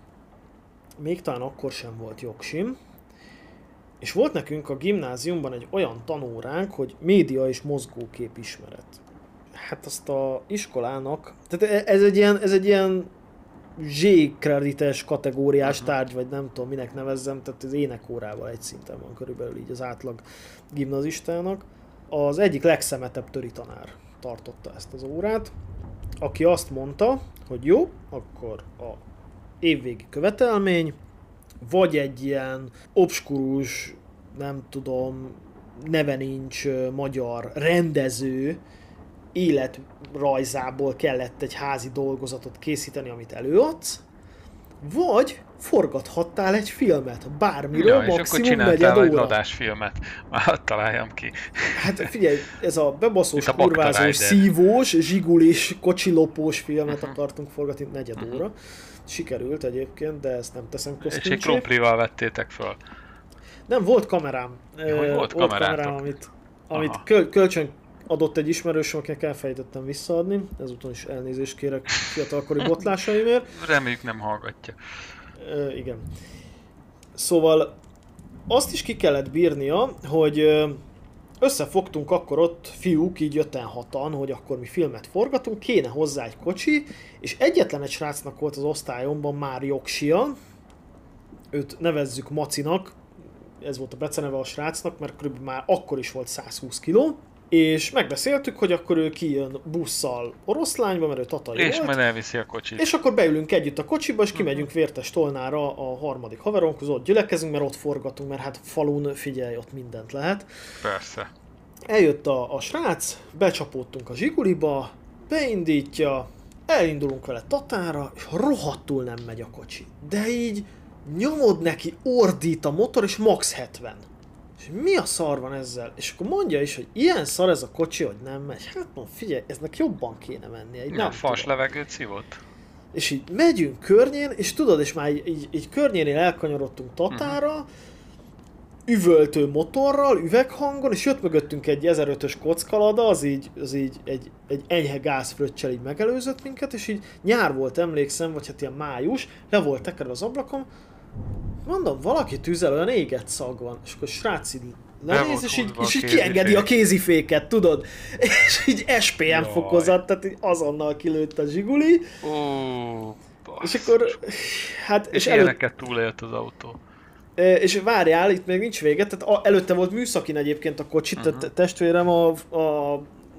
A: még talán akkor sem volt jogsim, és volt nekünk a gimnáziumban egy olyan tanóránk, hogy média és mozgókép ismeret. Hát azt a iskolának, tehát ez egy ilyen, ez egy ilyen zsé-kredites kategóriás uh-huh. tárgy, vagy nem tudom minek nevezzem, tehát az énekórával egy szinten van körülbelül így az átlag gimnazistának. Az egyik legszemetebb töri tanár tartotta ezt az órát, aki azt mondta, hogy jó, akkor a évvégi követelmény, vagy egy ilyen obskurus, nem tudom, neve nincs magyar rendező életrajzából kellett egy házi dolgozatot készíteni, amit előadsz, vagy forgathattál egy filmet, bármiről,
B: Ja, és akkor
A: maximum negyed
B: csináltál egy
A: óra.
B: adásfilmet. Már találjam ki.
A: Hát figyelj, ez a bebaszós,
B: Mint a Bakta
A: kurvázós,
B: Rider.
A: szívós, zsigulis, kocsilopós filmet
B: Uh-huh.
A: akartunk forgatni negyed
B: Uh-huh.
A: óra. Sikerült egyébként, de ezt nem teszem
B: És egy
A: közkincsé.
B: krumplival vettétek föl.
A: Nem, volt kamerám.
B: Ja, hogy
A: Ö,
B: volt
A: volt
B: kamerátok.
A: kamerám, amit, amit
B: Aha.
A: köl, kölcsön adott egy ismerősöm, akinek elfelejtettem visszaadni. Ezúton is elnézést kérek fiatalkori botlásaimért.
B: Reméljük nem hallgatja.
A: Ö, igen. Szóval azt is ki kellett bírnia, hogy ö, összefogtunk akkor ott fiúk, így öten hatan, hogy akkor mi filmet forgatunk, kéne hozzá egy kocsi, és egyetlen egy srácnak volt az osztályomban már jogsia, őt nevezzük Macinak, ez volt a beceneve a srácnak, mert körülbelül már akkor is volt száz húsz kiló, és megbeszéltük, hogy akkor ő kijön busszal Oroszlányba, mert ő tatai
B: És
A: volt,
B: majd elviszi a kocsit.
A: és akkor beülünk együtt a kocsiba, és kimegyünk Vértes Tolnára a harmadik haveronkhoz, ott gyülekezünk, mert ott forgatunk, mert hát falun, figyelj, ott mindent lehet.
B: Persze.
A: Eljött a, a srác, becsapódtunk a Zsiguliba, beindítja, elindulunk vele Tatára, és rohadtul nem megy a kocsi. De így nyomod neki, ordít a motor, és max hetven. És mi a szar van ezzel? És akkor mondja is, hogy ilyen szar ez a kocsi, hogy nem megy. Hát mondom, figyelj, eznek jobban kéne mennie. Így
B: Nem,
A: nem
B: fals
A: tudom.
B: levegőt szívott.
A: És így megyünk környén, és tudod, és már így, így, így környénél elkanyarodtunk Tatára, uh-huh. üvöltő motorral, üveghangon, és jött mögöttünk egy ezerötös kockalada, az így, az így egy, egy enyhe gázfröccsel így megelőzött minket, és így nyár volt, emlékszem, vagy hát ilyen május, le volt tekerve az ablakom, mondom, valaki tüzel, olyan égett szag van, és akkor a srác így lenéz, és így, és így kiengedi a kéziféket, tudod? És így es pé em
B: Jaj.
A: fokozat, tehát így azonnal kilőtt a Zsiguli,
B: Ó,
A: és akkor, hát,
B: És,
A: és,
B: és
A: előtt,
B: ilyeneket túlélt az autó.
A: és várjál, itt még nincs vége, tehát a, előtte volt műszakin egyébként a kocsit,
B: Uh-huh.
A: tehát testvérem a, a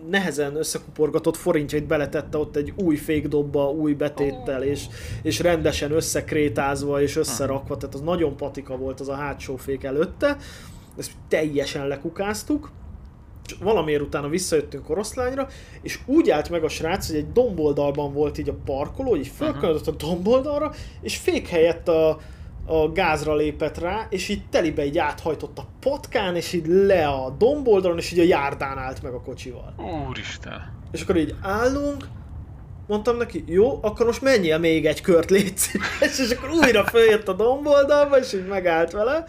A: nehezen összekuporgatott forintjait beletette ott egy új fékdobba, új betéttel, és, és rendesen összekrétázva és összerakva, tehát az nagyon patika volt az a hátsó fék előtte. Ezt teljesen lekukáztuk. És valamiért utána visszajöttünk Oroszlányra, és úgy állt meg a srác, hogy egy domboldalban volt így a parkoló, így fölkönyödött a domboldalra, és fék helyett a, a gázra lépett rá, és így telibe így áthajtott a patkán, és így le a domboldalon, és így a járdán állt meg a kocsival.
B: Úristen!
A: És akkor így állunk, mondtam neki, jó, akkor most menjél még egy kört, légy szíves, és akkor újra följött a domboldalba, és így megállt vele.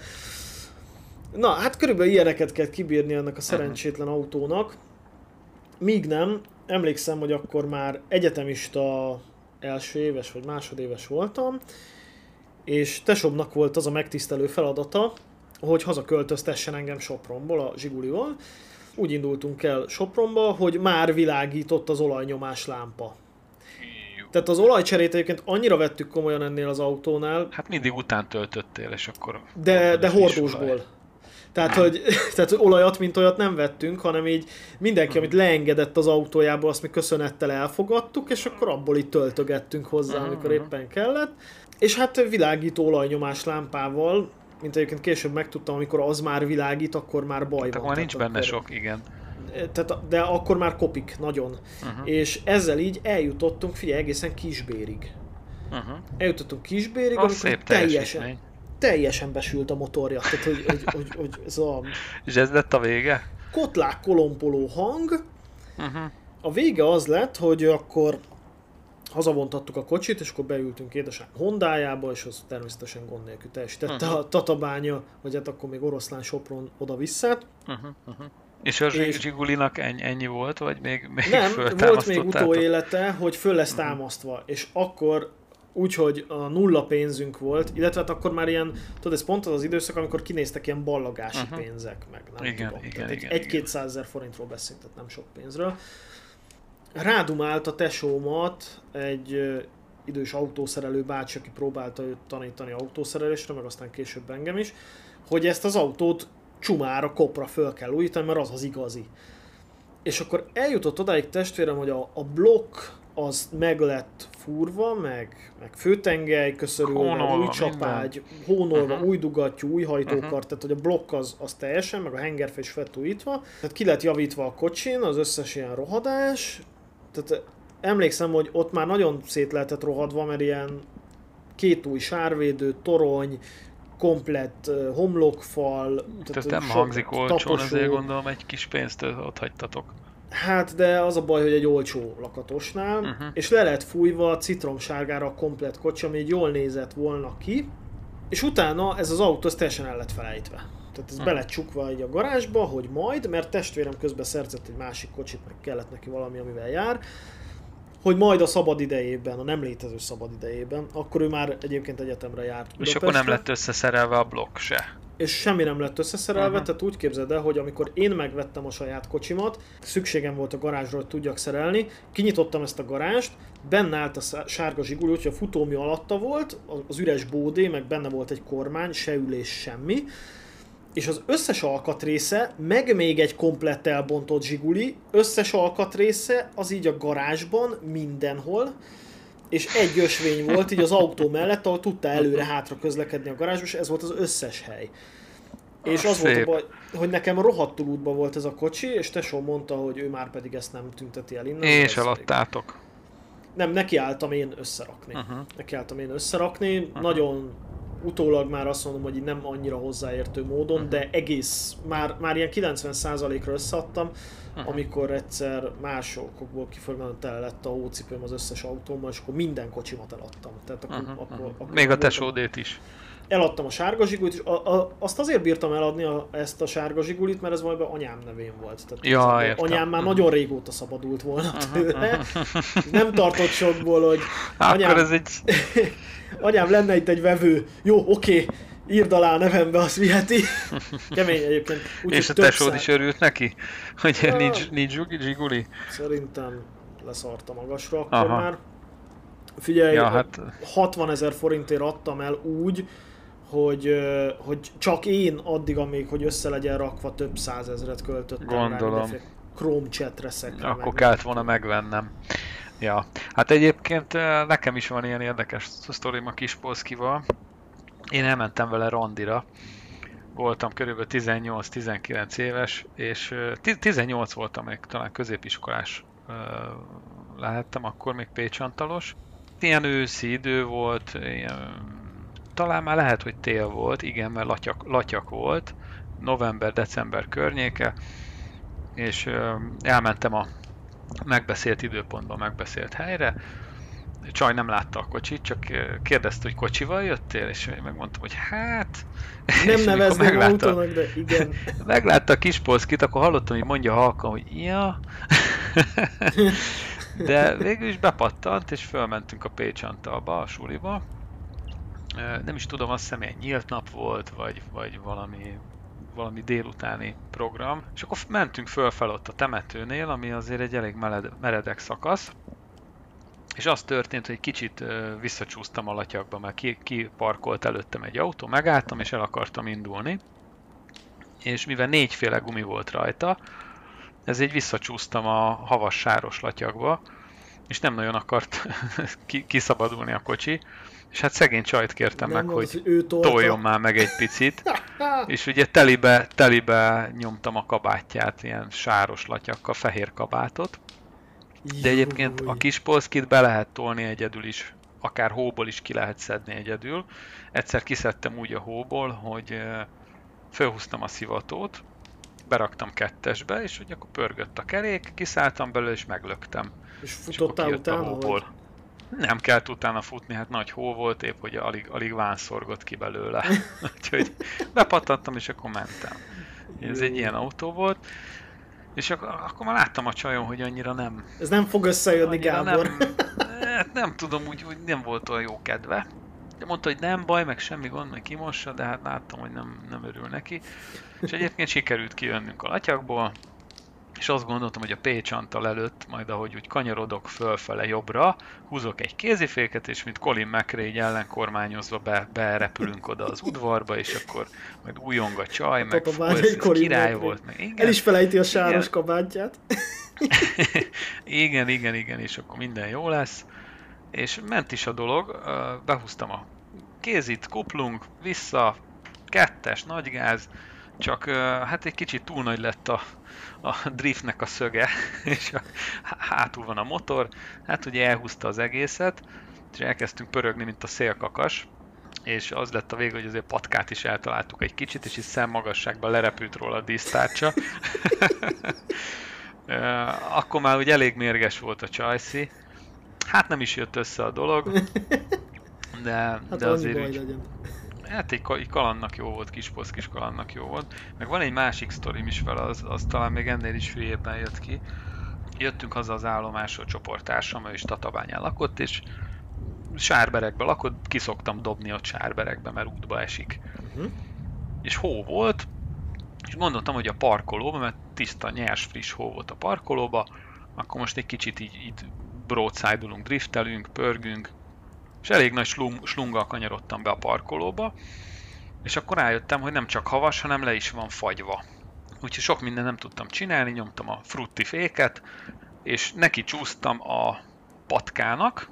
A: Na, hát körülbelül ilyeneket kell kibírni ennek a szerencsétlen autónak. Míg nem, emlékszem, hogy akkor már egyetemista első éves vagy másodéves voltam, és tesómnak volt az a megtisztelő feladata, hogy hazaköltöztessen engem Sopronból a Zsigulival. Úgy indultunk el Sopronba, hogy már világított az olajnyomás lámpa. Tehát az olajcserét egyébként annyira vettük komolyan ennél az autónál.
B: Hát mindig után töltöttél, és akkor...
A: De, de hordósból. Tehát hogy, tehát, hogy olajat, mint olyat nem vettünk, hanem így mindenki, amit leengedett az autójából, azt mi köszönettel elfogadtuk, és akkor abból így töltögettünk hozzá, amikor éppen kellett. És hát világító olajnyomás lámpával, mint egyébként később megtudtam, amikor az már világít, akkor már baj
B: tehát
A: van.
B: Akkor nincs benne
A: akkor,
B: sok, igen.
A: Tehát, de akkor már kopik, nagyon. Uh-huh. És ezzel így eljutottunk, figyelj, egészen Kisbérig. Uh-huh. Eljutottunk Kisbérig,
B: az
A: amikor teljesen, teljesen besült a motorja. Tehát, hogy, hogy, hogy, hogy ez a...
B: És ez lett a vége?
A: Kotlák kolompoló hang.
B: Uh-huh.
A: A vége az lett, hogy akkor hazavontattuk a kocsit, és akkor beültünk édesem Hondájába, és az természetesen gond nélkül teljesítette uh-huh. a Tatabánya, vagy hát akkor még Oroszlán Sopron oda-visszát.
B: Uh-huh. Uh-huh. És a Zsigulinak ennyi, ennyi volt, vagy még, még
A: nem, volt még utóélete, hogy föl lesz uh-huh. támasztva, és akkor úgyhogy a nulla pénzünk volt, illetve hát akkor már ilyen, tudod, ez pont az az időszak, amikor kinéztek ilyen ballagási uh-huh. pénzek, meg nem
B: igen,
A: tudom.
B: Igen,
A: egy,
B: igen,
A: egy-kétszázezer forintról beszélünk, tehát nem sok pénzről. Rádumált a tesómat egy ö, idős autószerelő bácsi, aki próbálta őt tanítani autószerelésre, meg aztán később engem is, hogy ezt az autót csumára, kopra föl kell újítani, mert az az igazi. És akkor eljutott odáig testvérem, hogy a, a blokk az meg lett fúrva, meg, meg főtengely köszörülve, új csapágy, hónolva, uh-huh. új dugattyú, új hajtókar, uh-huh. tehát hogy a blokk az, az teljesen, meg a hengerfej is felújítva. Tehát ki lett javítva a kocsin, az összes ilyen rohadás. Tehát emlékszem, hogy ott már nagyon szét lehetett rohadva, mert ilyen két új sárvédő, torony, komplett uh, homlokfal.
B: Tehát nem hangzik olcsón, azért gondolom egy kis pénzt ott hagytatok.
A: Hát, de az a baj, hogy egy olcsó lakatosnál, uh-huh. és le lett fújva citromsárgára a komplett kocsi, ami így jól nézett volna ki, és utána ez az autó ez teljesen el lett felejtve. Tehát ez uh-huh. be lett csukva így a garázsba, hogy majd, mert testvérem közben szerzett egy másik kocsit, meg kellett neki valami, amivel jár, hogy majd a szabad idejében, a nem létező szabad idejében, akkor ő már egyébként egyetemre járt Budapestre.
B: És akkor nem lett összeszerelve a blokk se.
A: És semmi nem lett összeszerelve, uh-huh. tehát úgy képzeld el, hogy amikor én megvettem a saját kocsimat, szükségem volt a garázsra, hogy tudjak szerelni, kinyitottam ezt a garást, benne állt a sárga Zsiguli, úgyhogy a futómű alatta volt, az üres bódé, meg benne volt egy kormány, se ülés, semmi, és az összes alkatrésze, meg még egy komplett elbontott Zsiguli, összes alkatrésze az így a garázsban, mindenhol, és egy ösvény volt így az autó mellett, ahol tudta előre-hátra közlekedni a garázsba, és ez volt az összes hely. És az volt a baj, hogy nekem rohadtul útba volt ez a kocsi, és tesó mondta, hogy ő már pedig ezt nem tünteti el innen.
B: És eladtátok.
A: Nem, nekiálltam én összerakni. Uh-huh. Nekiálltam én összerakni, uh-huh. nagyon utólag már azt mondom, hogy nem annyira hozzáértő módon, uh-huh. de egész, már, már ilyen kilencven százalékra összeadtam, uh-huh. amikor egyszer más okokból kifolyólag tele lett a hócipőm az összes autómmal, és akkor minden kocsimat eladtam. Tehát akkor,
B: uh-huh.
A: akkor, akkor
B: még a tesódét is.
A: Eladtam a sárga Zsigulit, és a, a, azt azért bírtam eladni a, ezt a sárga Zsigulit, mert ez valamiben anyám nevén volt. Tehát
B: ja, értem.
A: Anyám már
B: uh-huh.
A: nagyon régóta szabadult volna tőle. Uh-huh. Nem tartott sokból, hogy anyám,
B: akkor ez egy...
A: anyám lenne itt egy vevő. Jó, oké, írd alá a nevembe, azt viheti. Kemény egyébként. Úgy,
B: és a tesód is örült neki, hogy ja, nincs, nincs Zsiguli?
A: Szerintem leszart a magasra akkor
B: aha.
A: már. Figyelj,
B: ja, hát...
A: hatvanezer forintért adtam el úgy, hogy, hogy csak én addig, amíg hogy össze legyen rakva, több százezret költöttem
B: gondolom.
A: rá. Chrome chatre szekre.
B: Akkor kellett volna megvennem. Ja, hát egyébként nekem is van ilyen érdekes sztorim a Kispolszkival. Én elmentem vele randira. Voltam körülbelül tizennyolc-tizenkilenc éves, és tizennyolc voltam, még talán középiskolás lehettem, akkor még pécsantalos. Ilyen őszi idő volt, ilyen, talán már lehet, hogy tél volt, igen, mert latyak, latyak volt, november-december környéke, és elmentem a megbeszélt időpontban, megbeszélt helyre. Csaj nem látta a kocsit, csak kérdezte, hogy kocsival jöttél, és megmondtam, hogy hát...
A: Nem nevezném autónak, de igen.
B: Meglátta a Kispolszkit, akkor hallottam, hogy mondja halkan, hogy ja. De végül is bepattant, és fölmentünk a Pécs Antalba, a suliba. Nem is tudom, azt hiszem, ilyen nyílt nap volt, vagy, vagy valami, valami délutáni program. És akkor mentünk fölfel ott a temetőnél, ami azért egy elég meredek szakasz. És az történt, hogy kicsit uh, visszacsúsztam a latyakba, mert ki, ki parkolt előttem egy autó, megálltam és el akartam indulni. És mivel négyféle gumi volt rajta, ezért visszacsúsztam a havas sáros latyakba, és nem nagyon akart kiszabadulni a kocsi. És hát szegény csajt kértem nem meg, hogy, hogy toljon már meg egy picit. És ugye telibe, telibe nyomtam a kabátját, ilyen sáros latyakkal, fehér kabátot. De egyébként a Kispolszkit be lehet tolni egyedül is, akár hóból is ki lehet szedni egyedül. Egyszer kiszedtem úgy a hóból, hogy fölhúztam a szivatót, beraktam kettesbe, és hogy akkor pörgött a kerék, kiszálltam belőle és meglöktem.
A: És futottál utána?
B: Vagy? Nem kellett utána futni, hát nagy hó volt, épp hogy alig, alig vánszorgott ki belőle. Úgyhogy bepattantam és akkor mentem. Ez egy ilyen autó volt. És akkor, akkor már láttam a csajon, hogy annyira nem...
A: Ez nem fog összejönni, Gábor.
B: Nem, hát nem tudom, úgy, úgy nem volt olyan jó kedve. De mondta, hogy nem baj, meg semmi gond, meg kimossa, de hát láttam, hogy nem, nem örül neki. És egyébként sikerült kijönnünk a latyakból, és azt gondoltam, hogy a Pécs Antal előtt, majd ahogy úgy kanyarodok fölfele jobbra, húzok egy kéziféket, és mint Colin McRae így ellenkormányozva be, berepülünk oda az udvarba, és akkor majd újong a csaj, a meg ez király McRae volt. Meg, igen,
A: el is felejti a sáros kabátját.
B: igen, igen, igen, és akkor minden jó lesz. És ment is a dolog, behúztam a kézit, kuplunk, vissza, kettes, nagygáz, csak hát egy kicsit túl nagy lett a, a driftnek a szöge, és a, hátul van a motor, hát ugye elhúzta az egészet, és elkezdtünk pörögni, mint a szélkakas, és az lett a vége, hogy azért patkát is eltaláltuk egy kicsit, és így szemmagasságban lerepült róla a dísztárcsa. Akkor már úgy elég mérges volt a csajszi, hát nem is jött össze a dolog, de,
A: hát
B: de azért úgy, hát egy, egy kalandnak jó volt, Kispolszkis kalandnak jó volt. Meg van egy másik sztorim is vele, az, az talán még ennél is hülyébben jött ki. Jöttünk haza az állomásról, csoporttársam, ő is Tatabányán lakott, és sárberekbe lakott, ki szoktam dobni ott sárberekbe, mert útba esik. Uh-huh. És hó volt, és gondoltam, hogy a parkolóba, mert tiszta, nyers, friss hó volt a parkolóba, akkor most egy kicsit így, így broadside-ulunk, driftelünk, pörgünk, és elég nagy slung, slunggal kanyarodtam be a parkolóba, és akkor rájöttem, hogy nem csak havas, hanem le is van fagyva. Úgyhogy sok mindent nem tudtam csinálni, nyomtam a frutti féket, és neki csúsztam a patkának,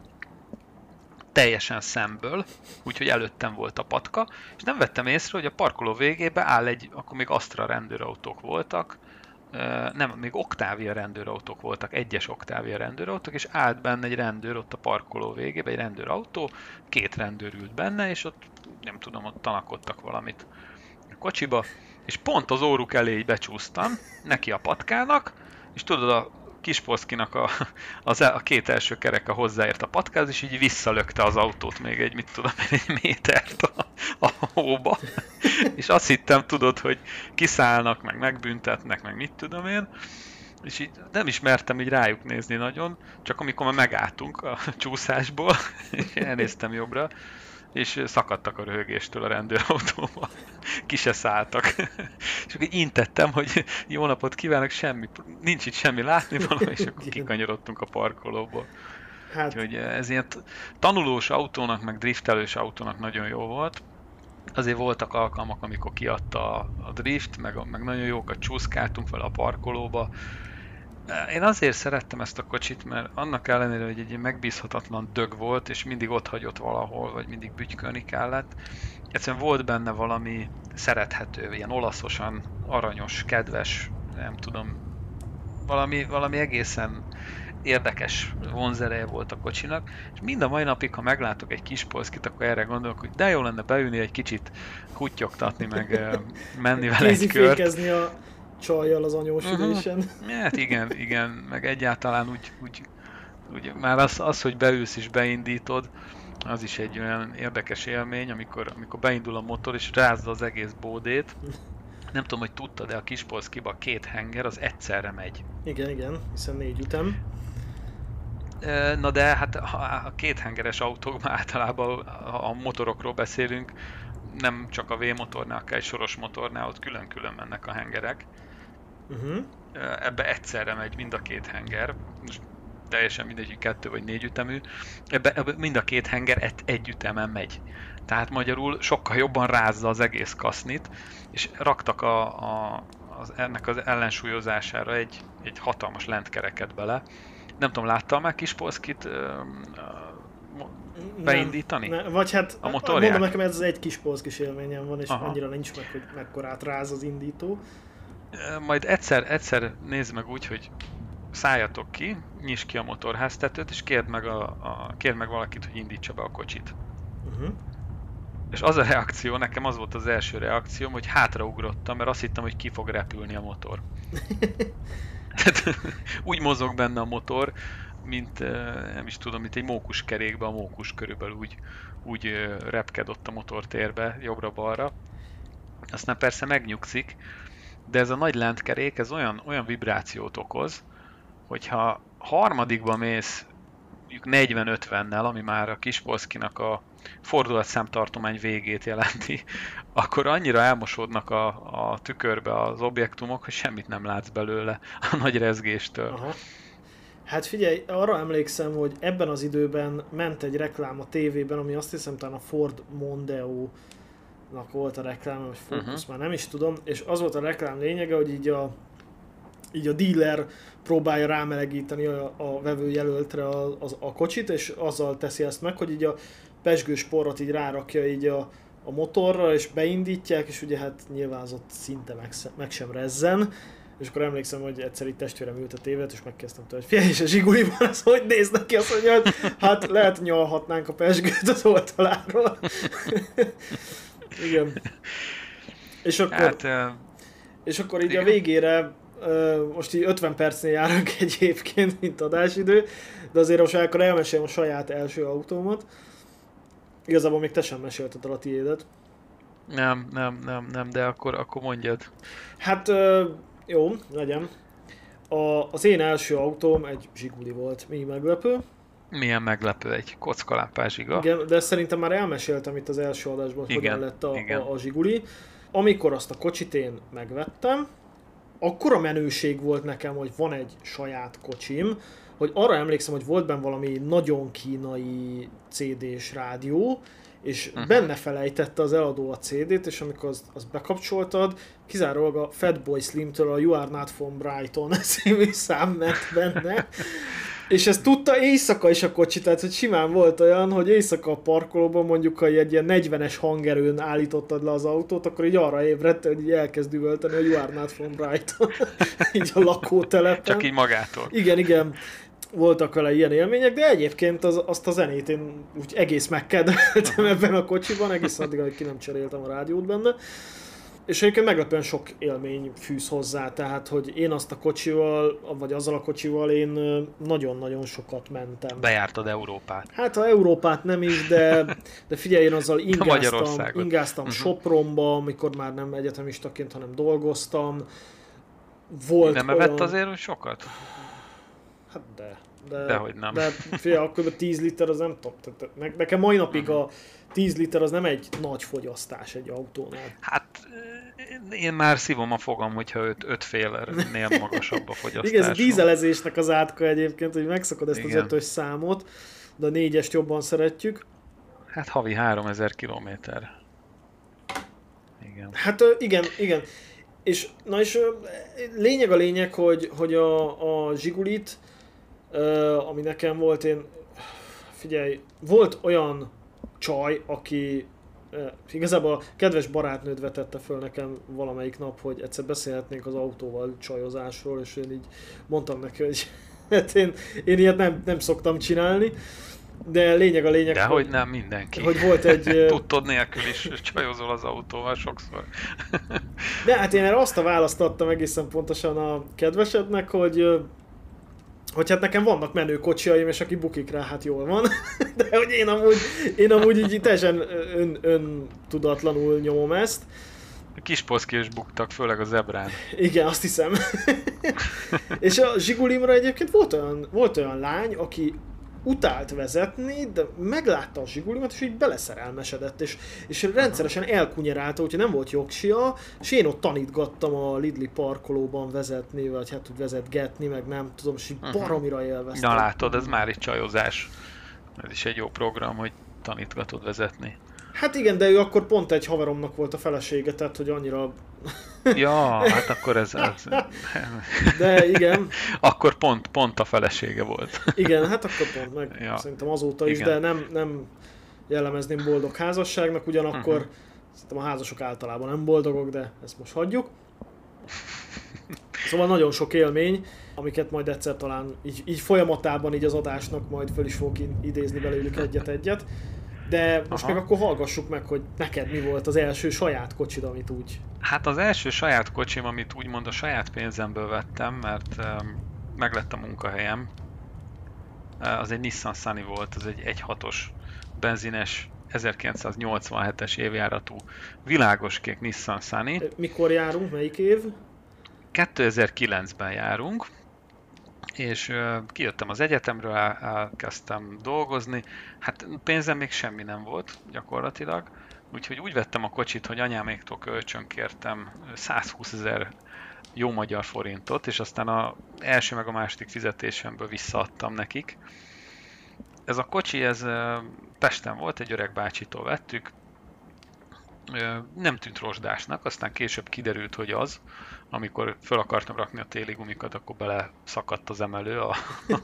B: teljesen szemből, úgyhogy előttem volt a patka, és nem vettem észre, hogy a parkoló végébe áll egy, akkor még Astra rendőrautók voltak, nem, még Octavia rendőrautók voltak, egyes Octavia rendőrautók, és állt benne egy rendőr ott a parkoló végében, egy rendőrautó, két rendőr ült benne, és ott nem tudom, ott tanakodtak valamit a kocsiba, és pont az óruk elé így becsúsztam, neki a patkának, és tudod, a Kispolszkinak a, az, a két első kereke hozzáért a patkához, és így visszalökte az autót még egy, mit tudom, egy métert a, a hóba. És azt hittem, tudod, hogy kiszállnak, meg megbüntetnek, meg mit tudom én. És így nem is mertem így rájuk nézni nagyon, csak amikor már megálltunk a csúszásból, és elnéztem jobbra, és szakadtak a röhögéstől a rendőrautóba. Ki se szálltak. És akkor így intettem, hogy jó napot kívánok, semmi, nincs itt semmi látnivaló, és akkor kikanyarodtunk a parkolóból. Hát. Úgyhogy ez ilyen tanulós autónak, meg driftelős autónak nagyon jó volt. Azért voltak alkalmak, amikor kiadta a drift, meg, meg nagyon jókat csúszkáltunk vele a parkolóba, Én azért szerettem ezt a kocsit, mert annak ellenére, hogy egy megbízhatatlan dög volt, és mindig ott hagyott valahol, vagy mindig bütykölni kellett, egyszerűen volt benne valami szerethető, ilyen olaszosan aranyos, kedves, nem tudom, valami, valami egészen érdekes vonzereje volt a kocsinak, és mind a mai napig, ha meglátok egy kis polszkit, akkor erre gondolok, hogy de jó lenne beülni egy kicsit, huttyogtatni, meg uh, menni vele egy kört.
A: Kézifékezni a csajjal az anyós uh-huh. ülésen.
B: Hát igen, igen, meg egyáltalán úgy, úgy, úgy már az, az, hogy beülsz és beindítod, az is egy olyan érdekes élmény, amikor, amikor beindul a motor és rázd az egész bódét. Nem tudom, hogy tudtad, de a kis polszkiba a két henger az egyszerre megy.
A: Igen, igen, hiszen négy ütem.
B: Na de hát a kéthengeres autókban általában a motorokról beszélünk, nem csak a V-motornál, akár egy soros motornál, ott külön-külön mennek a hengerek. Uh-huh. Ebbe egyszerre megy mind a két henger, teljesen mindegy, hogy kettő vagy négy ütemű, ebbe, ebbe mind a két henger egy, egy ütemen megy. Tehát magyarul sokkal jobban rázza az egész kasznit, és raktak a, a, az, ennek az ellensúlyozására egy, egy hatalmas lentkereket bele. Nem tudom, láttál már kis polszkit uh, uh, beindítani?
A: Nem, nem. Vagy hát
B: a motorját?
A: Mondom nekem, ez az egy kis polszkis élményem van, és
B: Aha.
A: annyira nincs meg, hogy mekkorát ráz az indító.
B: Majd egyszer, egyszer nézd meg úgy, hogy szálljatok ki, nyisd ki a motorháztetőt, és kérd meg, a, a, kérd meg valakit, hogy indítsa be a kocsit. Uh-huh. És az a reakció, nekem az volt az első reakcióm, hogy hátraugrottam, mert azt hittem, hogy ki fog repülni a motor. Úgy mozog benne a motor, mint nem is tudom, mint egy mókuskerékbe, a mókus körülbelül úgy, úgy repked ott a motortérbe, jobbra-balra. Aztán persze megnyugszik, de ez a nagy lentkerék, ez olyan, olyan vibrációt okoz, hogyha harmadikba mész negyven-ötvennel, ami már a kis polszkinak a fordulatszámtartomány végét jelenti, akkor annyira elmosódnak a, a tükörbe az objektumok, hogy semmit nem látsz belőle a nagy rezgéstől. Aha.
A: Hát figyelj, arra emlékszem, hogy ebben az időben ment egy reklám a tévében, ami azt hiszem talán a Ford Mondeo-nak volt a reklám, vagy Focus, uh-huh. már nem is tudom, és az volt a reklám lényege, hogy így a így a dealer próbálja rámelegíteni a, a vevőjelöltre a, a, a kocsit, és azzal teszi ezt meg, hogy így a pezsgős porrat így rárakja így a, a motorra, és beindítják, és ugye hát nyilván az ott szinte meg, meg sem rezzen. És akkor emlékszem, hogy egyszer itt testvérem ült a tévét, és megkezdtem tőle, hogy figyelj, és a Zsiguliban az hogy néz neki, azt mondja, hogy hát lehet nyalhatnánk a pezsgőt az oldaláról. Igen. És akkor, hát, uh, és akkor így igen. A végére, uh, most így ötven percnél járunk egyébként, mint adásidő, de azért most akkor elmesélem a saját első autómat. Igazából még te sem mesélted el a tiédet.
B: Nem, nem, nem, nem, de akkor, akkor mondjad.
A: Hát uh, jó, legyen. A, az én első autóm egy Zsiguli volt, mi meglepő.
B: Milyen meglepő, egy kockalámpás zsiga.
A: Igen, de szerintem már elmeséltem itt az első adásban, hogy hogyan lett a, a, a Zsiguli. Amikor azt a kocsit én megvettem, akkora menőség volt nekem, hogy van egy saját kocsim, hogy arra emlékszem, hogy volt benne valami nagyon kínai cé dés rádió, és uh-huh. benne felejtette az eladó a cé dét, és amikor azt, azt bekapcsoltad, kizárólag a Fatboy Slim-től a You Are Not From Brighton című szám ment benne. És ezt tudta éjszaka is a kocsi, tehát hogy simán volt olyan, hogy éjszaka a parkolóban mondjuk, ha egy ilyen negyvenes hangerőn állítottad le az autót, akkor így arra ébredte, hogy így elkezd üvölteni a You Are Not From Brighton, így a lakótelepen.
B: Csak így magától.
A: Igen, igen. Voltak vele ilyen élmények, de egyébként az, azt a zenét én úgy egész megkedveltem ebben a kocsiban, egész addig, hogy ki nem cseréltem a rádiót benne. És egyébként meglepően sok élmény fűz hozzá, tehát hogy én azt a kocsival, vagy azzal a kocsival én nagyon-nagyon sokat mentem.
B: Bejártad Európát.
A: Hát a Európát nem is, de, de figyelj, én azzal ingáztam, ingáztam uh-huh. Sopronba, amikor már nem egyetemistaként, hanem dolgoztam. Volt
B: nem
A: olyan...
B: evett azért sokat?
A: Hát de. De,
B: Dehogy nem.
A: De figyelj, akkor tíz liter az nem top. Nekem mai napig a tíz liter az nem egy nagy fogyasztás egy autónál.
B: Hát én már szívom a fogam, hogyha öt, öt félnél magasabb a fogyasztás.
A: Igen, ez a dízelezésnek az átka egyébként, hogy megszakad ezt igen. az ötös számot, de a négyest jobban szeretjük.
B: Hát havi háromezer kilométer. Igen.
A: Hát igen, igen. És, na és lényeg a lényeg, hogy, hogy a, a Zsigulit, ami nekem volt, én, figyelj, volt olyan csaj, aki igazából a kedves barátnőd vetette föl nekem valamelyik nap, hogy egyszer beszélhetnénk az autóval csajozásról, és én így mondtam neki, hogy hát én, én ilyet nem, nem szoktam csinálni. De lényeg a lényeg,
B: de hogy, hogy nem mindenki.
A: Hogy volt egy...
B: Tudtod nélkül is csajozol az autóval sokszor.
A: De hát én erre azt a választ adtam egészen pontosan a kedvesednek, hogy hogy hát nekem vannak menő kocsiaim, és aki bukik rá, hát jól van. De hogy én amúgy, én amúgy így teljesen ön, öntudatlanul nyomom ezt.
B: A Kispolszki is buktak, főleg a Zebrán.
A: Igen, azt hiszem. És a Zsigulimra egyébként volt olyan, volt olyan lány, aki utált vezetni, de meglátta a Zsigulimat, és így beleszerelmesedett, és, és rendszeresen elkunyerálta, úgyhogy nem volt jogsia, és én ott tanítgattam a Lidli parkolóban vezetni, vagy hát úgy vezetgetni, meg nem tudom, és így baromira élveztem.
B: Na látod, ez már egy csajozás. Ez is egy jó program, hogy tanítgatod vezetni.
A: Hát igen, de ő akkor pont egy haveromnak volt a felesége, tehát hogy annyira...
B: Ja, hát akkor ez... ez...
A: De igen.
B: Akkor pont, pont a felesége volt.
A: Igen, hát akkor pont, meg ja. Szerintem azóta is, igen. De nem, nem jellemezném boldog házasságnak, ugyanakkor uh-huh. Szerintem a házasok általában nem boldogok, de ezt most hagyjuk. Szóval nagyon sok élmény, amiket majd egyszer talán így, így folyamatában így az adásnak majd föl is fogok idézni belőlük egyet-egyet. De most Aha. meg akkor hallgassuk meg, hogy neked mi volt az első saját kocsid, amit úgy...
B: Hát az első saját kocsim, amit úgymond a saját pénzemből vettem, mert um, meglett a munkahelyem. Uh, az egy Nissan Sunny volt, az egy egy hatos benzines ezerkilencszáznyolcvanhetes évjáratú világos kék Nissan Sunny.
A: Mikor járunk? Melyik év?
B: kétezer-kilencben járunk. És uh, kijöttem az egyetemről, el, elkezdtem dolgozni, hát pénzem még semmi nem volt gyakorlatilag, úgyhogy úgy vettem a kocsit, hogy anyáméktól kölcsön kértem százhúszezer jó magyar forintot, és aztán az első meg a második fizetésemből visszaadtam nekik. Ez a kocsi, ez uh, Pesten volt, egy öreg bácsitól vettük, uh, nem tűnt rozsdásnak, aztán később kiderült, hogy az, amikor fel akartam rakni a téli gumikat, akkor bele szakadt az emelő a,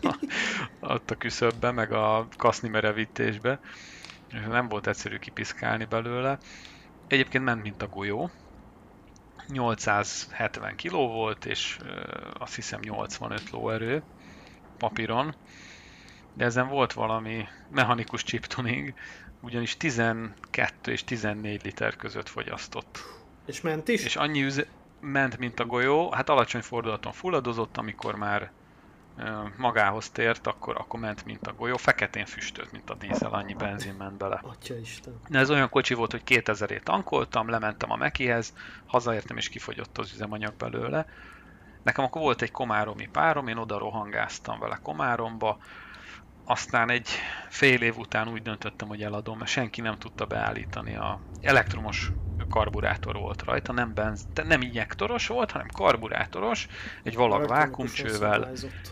B: a, a küszöbbe, meg a kaszni merevítésbe. Nem volt egyszerű kipiszkálni belőle. Egyébként ment, mint a golyó. nyolcszázhetven kiló volt, és ö, azt hiszem nyolcvanöt lóerő papíron. De ezen volt valami mechanikus chip tuning, ugyanis tizenkettő és tizennégy liter között fogyasztott.
A: És ment is?
B: És annyi üze... ment, mint a golyó, hát alacsony fordulaton fulladozott, amikor már ö, magához tért, akkor, akkor ment, mint a golyó, feketén füstölt, mint a dízel, annyi benzin ment bele.
A: Atyaisten.
B: De ez olyan kocsi volt, hogy kétezerért tankoltam, lementem a Mekihez, hazaértem és kifogyott az üzemanyag belőle. Nekem akkor volt egy komáromi párom, én oda rohangáztam vele Komáromba, aztán egy fél év után úgy döntöttem, hogy eladom, mert senki nem tudta beállítani a elektromos karburátor volt rajta, nem, benz, nem injektoros volt, hanem karburátoros, egy valag vákuumcsővel.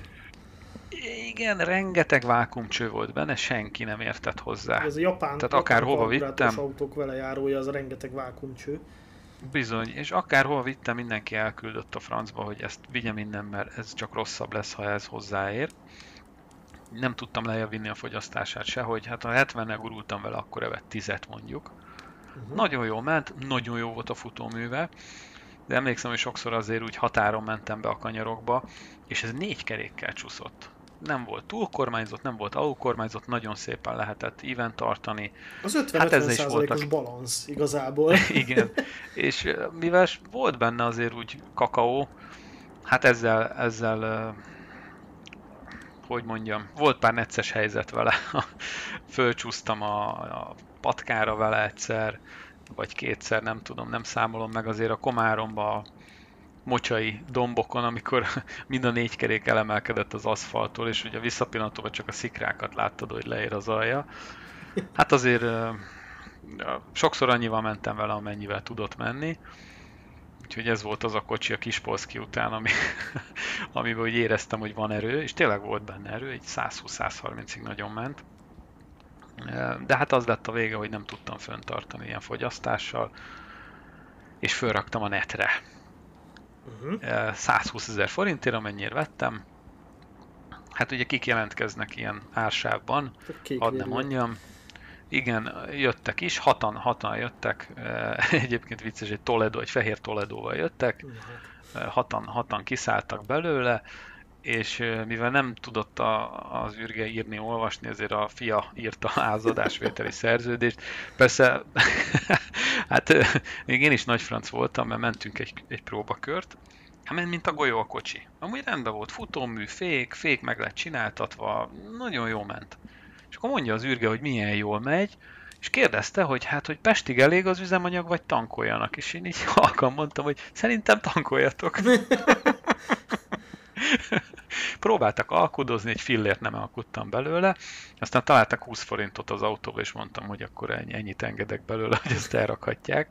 B: Igen, rengeteg vákuumcső volt benne, senki nem értett hozzá.
A: Ez a japán,
B: tehát akár hova vittem,
A: autók vele járója, az a rengeteg vákuumcső.
B: Bizony, és akárhova vittem, mindenki elküldött a francba, hogy ezt vigyem innen, mert ez csak rosszabb lesz, ha ez hozzáér. Nem tudtam lejjebb vinni a fogyasztását sehogy, hát ha hetvennel gurultam vele, akkor evett tízet mondjuk. Uh-huh. Nagyon jól ment, nagyon jó volt a futóműve, de emlékszem, hogy sokszor azért úgy határon mentem be a kanyarokba, és ez négy kerékkel csúszott. Nem volt túlkormányzott, nem volt alulkormányzott, nagyon szépen lehetett íven tartani.
A: Az ötven-ötven százalékos hát balansz igazából.
B: Igen, és mivel volt benne azért úgy kakaó, hát ezzel, ezzel hogy mondjam, volt pár necces helyzet vele. Fölcsúsztam a, a patkára vele egyszer, vagy kétszer, nem tudom, nem számolom meg azért a Komáromba a mocsai dombokon, amikor mind a négy kerék elemelkedett az aszfalttól, és ugye visszapillantóban csak a szikrákat láttad, hogy leér az alja. Hát azért sokszor annyival mentem vele, amennyivel tudott menni. Úgyhogy ez volt az a kocsi a Kispolszki után, ami, amiben úgy éreztem, hogy van erő, és tényleg volt benne erő, egy százhúsz-százharmincig nagyon ment. De hát az lett a vége, hogy nem tudtam föntartani ilyen fogyasztással, és fölraktam a netre.
A: Uh-huh.
B: százhúszezer forintért, amennyire vettem. Hát ugye kik jelentkeznek ilyen ársávban, hadd nem mondjam. Igen, jöttek is, hatan, hatan jöttek, egyébként vicces, egy Toledo, egy fehér Toledóval jöttek, hatan, hatan kiszálltak belőle, és mivel nem tudott a, az űrge írni, olvasni, ezért a fia írta az adásvételi szerződést. Persze, hát még én is nagy franc voltam, mert mentünk egy, egy próbakört, hát ment, mint a golyó a kocsi. Amúgy rendben volt, futómű, fék, fék meg lett csináltatva, nagyon jó ment. És akkor mondja az űrge, hogy milyen jól megy, és kérdezte, hogy hát, hogy Pestig elég az üzemanyag, vagy tankoljanak. És én így halkan mondtam, hogy szerintem tankoljatok. Próbáltak alkudozni, egy fillért nem alkudtam belőle, aztán találtak húsz forintot az autóba, és mondtam, hogy akkor ennyit engedek belőle, hogy ezt elrakhatják.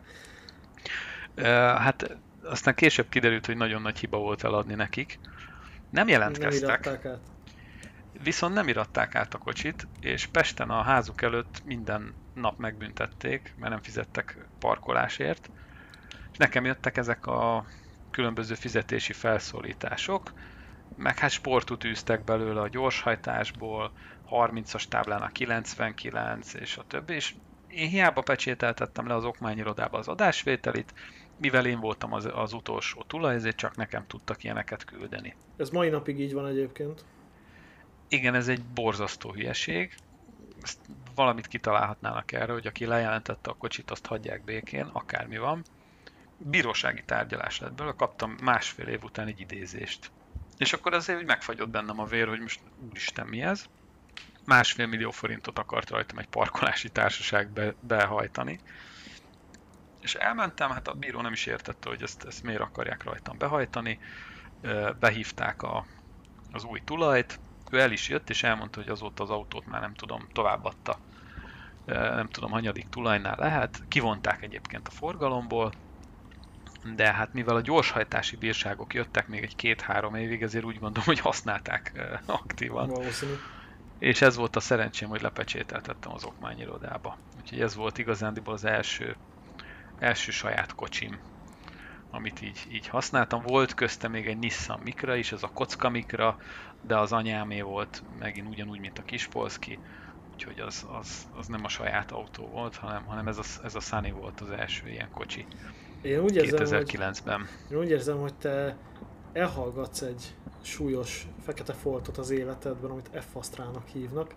B: Hát aztán később kiderült, hogy nagyon nagy hiba volt eladni nekik. Nem jelentkeztek. Nem át. Viszont nem iratták át a kocsit, és Pesten a házuk előtt minden nap megbüntették, mert nem fizettek parkolásért. És nekem jöttek ezek a különböző fizetési felszólítások, meg hát sportot űztek belőle a gyorshajtásból, harmincas táblán a kilencvenkilenc, és a többi, és én hiába pecsételtettem le az okmányirodába az adásvételit, mivel én voltam az, az utolsó tulaj, ezért csak nekem tudtak ilyeneket küldeni.
A: Ez mai napig így van egyébként.
B: Igen, ez egy borzasztó hülyeség. Ezt valamit kitalálhatnának erre, hogy aki lejelentette a kocsit, azt hagyják békén, akármi van. Bírósági tárgyalás lett belőle, kaptam másfél év után egy idézést. És akkor azért úgy megfagyott bennem a vér, hogy most úristen mi ez. Másfél millió forintot akart rajtam egy parkolási társaság be, behajtani. És elmentem, hát a bíró nem is értette, hogy ezt, ezt miért akarják rajtam behajtani. Behívták a, az új tulajt, ő el is jött, és elmondta, hogy azóta az autót már nem tudom, továbbadta. Nem tudom, hanyadik tulajnál lehet. Kivonták egyébként a forgalomból, de hát mivel a gyorshajtási bírságok jöttek még egy két-három évig, ezért úgy gondolom, hogy használták aktívan.
A: Valószínű.
B: És ez volt a szerencsém, hogy lepecsételtettem az okmányirodába. Úgyhogy ez volt igazándiból az első, első saját kocsim, amit így, így használtam. Volt közte még egy Nissan Micra is, ez a kocka Micra, de az anyámé volt megint ugyanúgy, mint a Kispolszki, úgyhogy az, az, az nem a saját autó volt, hanem, hanem ez, a, ez a Sunny volt az első ilyen kocsi.
A: Én úgy érzem,
B: kétezer-kilencben.
A: Hogy, én úgy érzem, hogy te elhallgatsz egy súlyos fekete foltot az életedben, amit F-Astrának hívnak.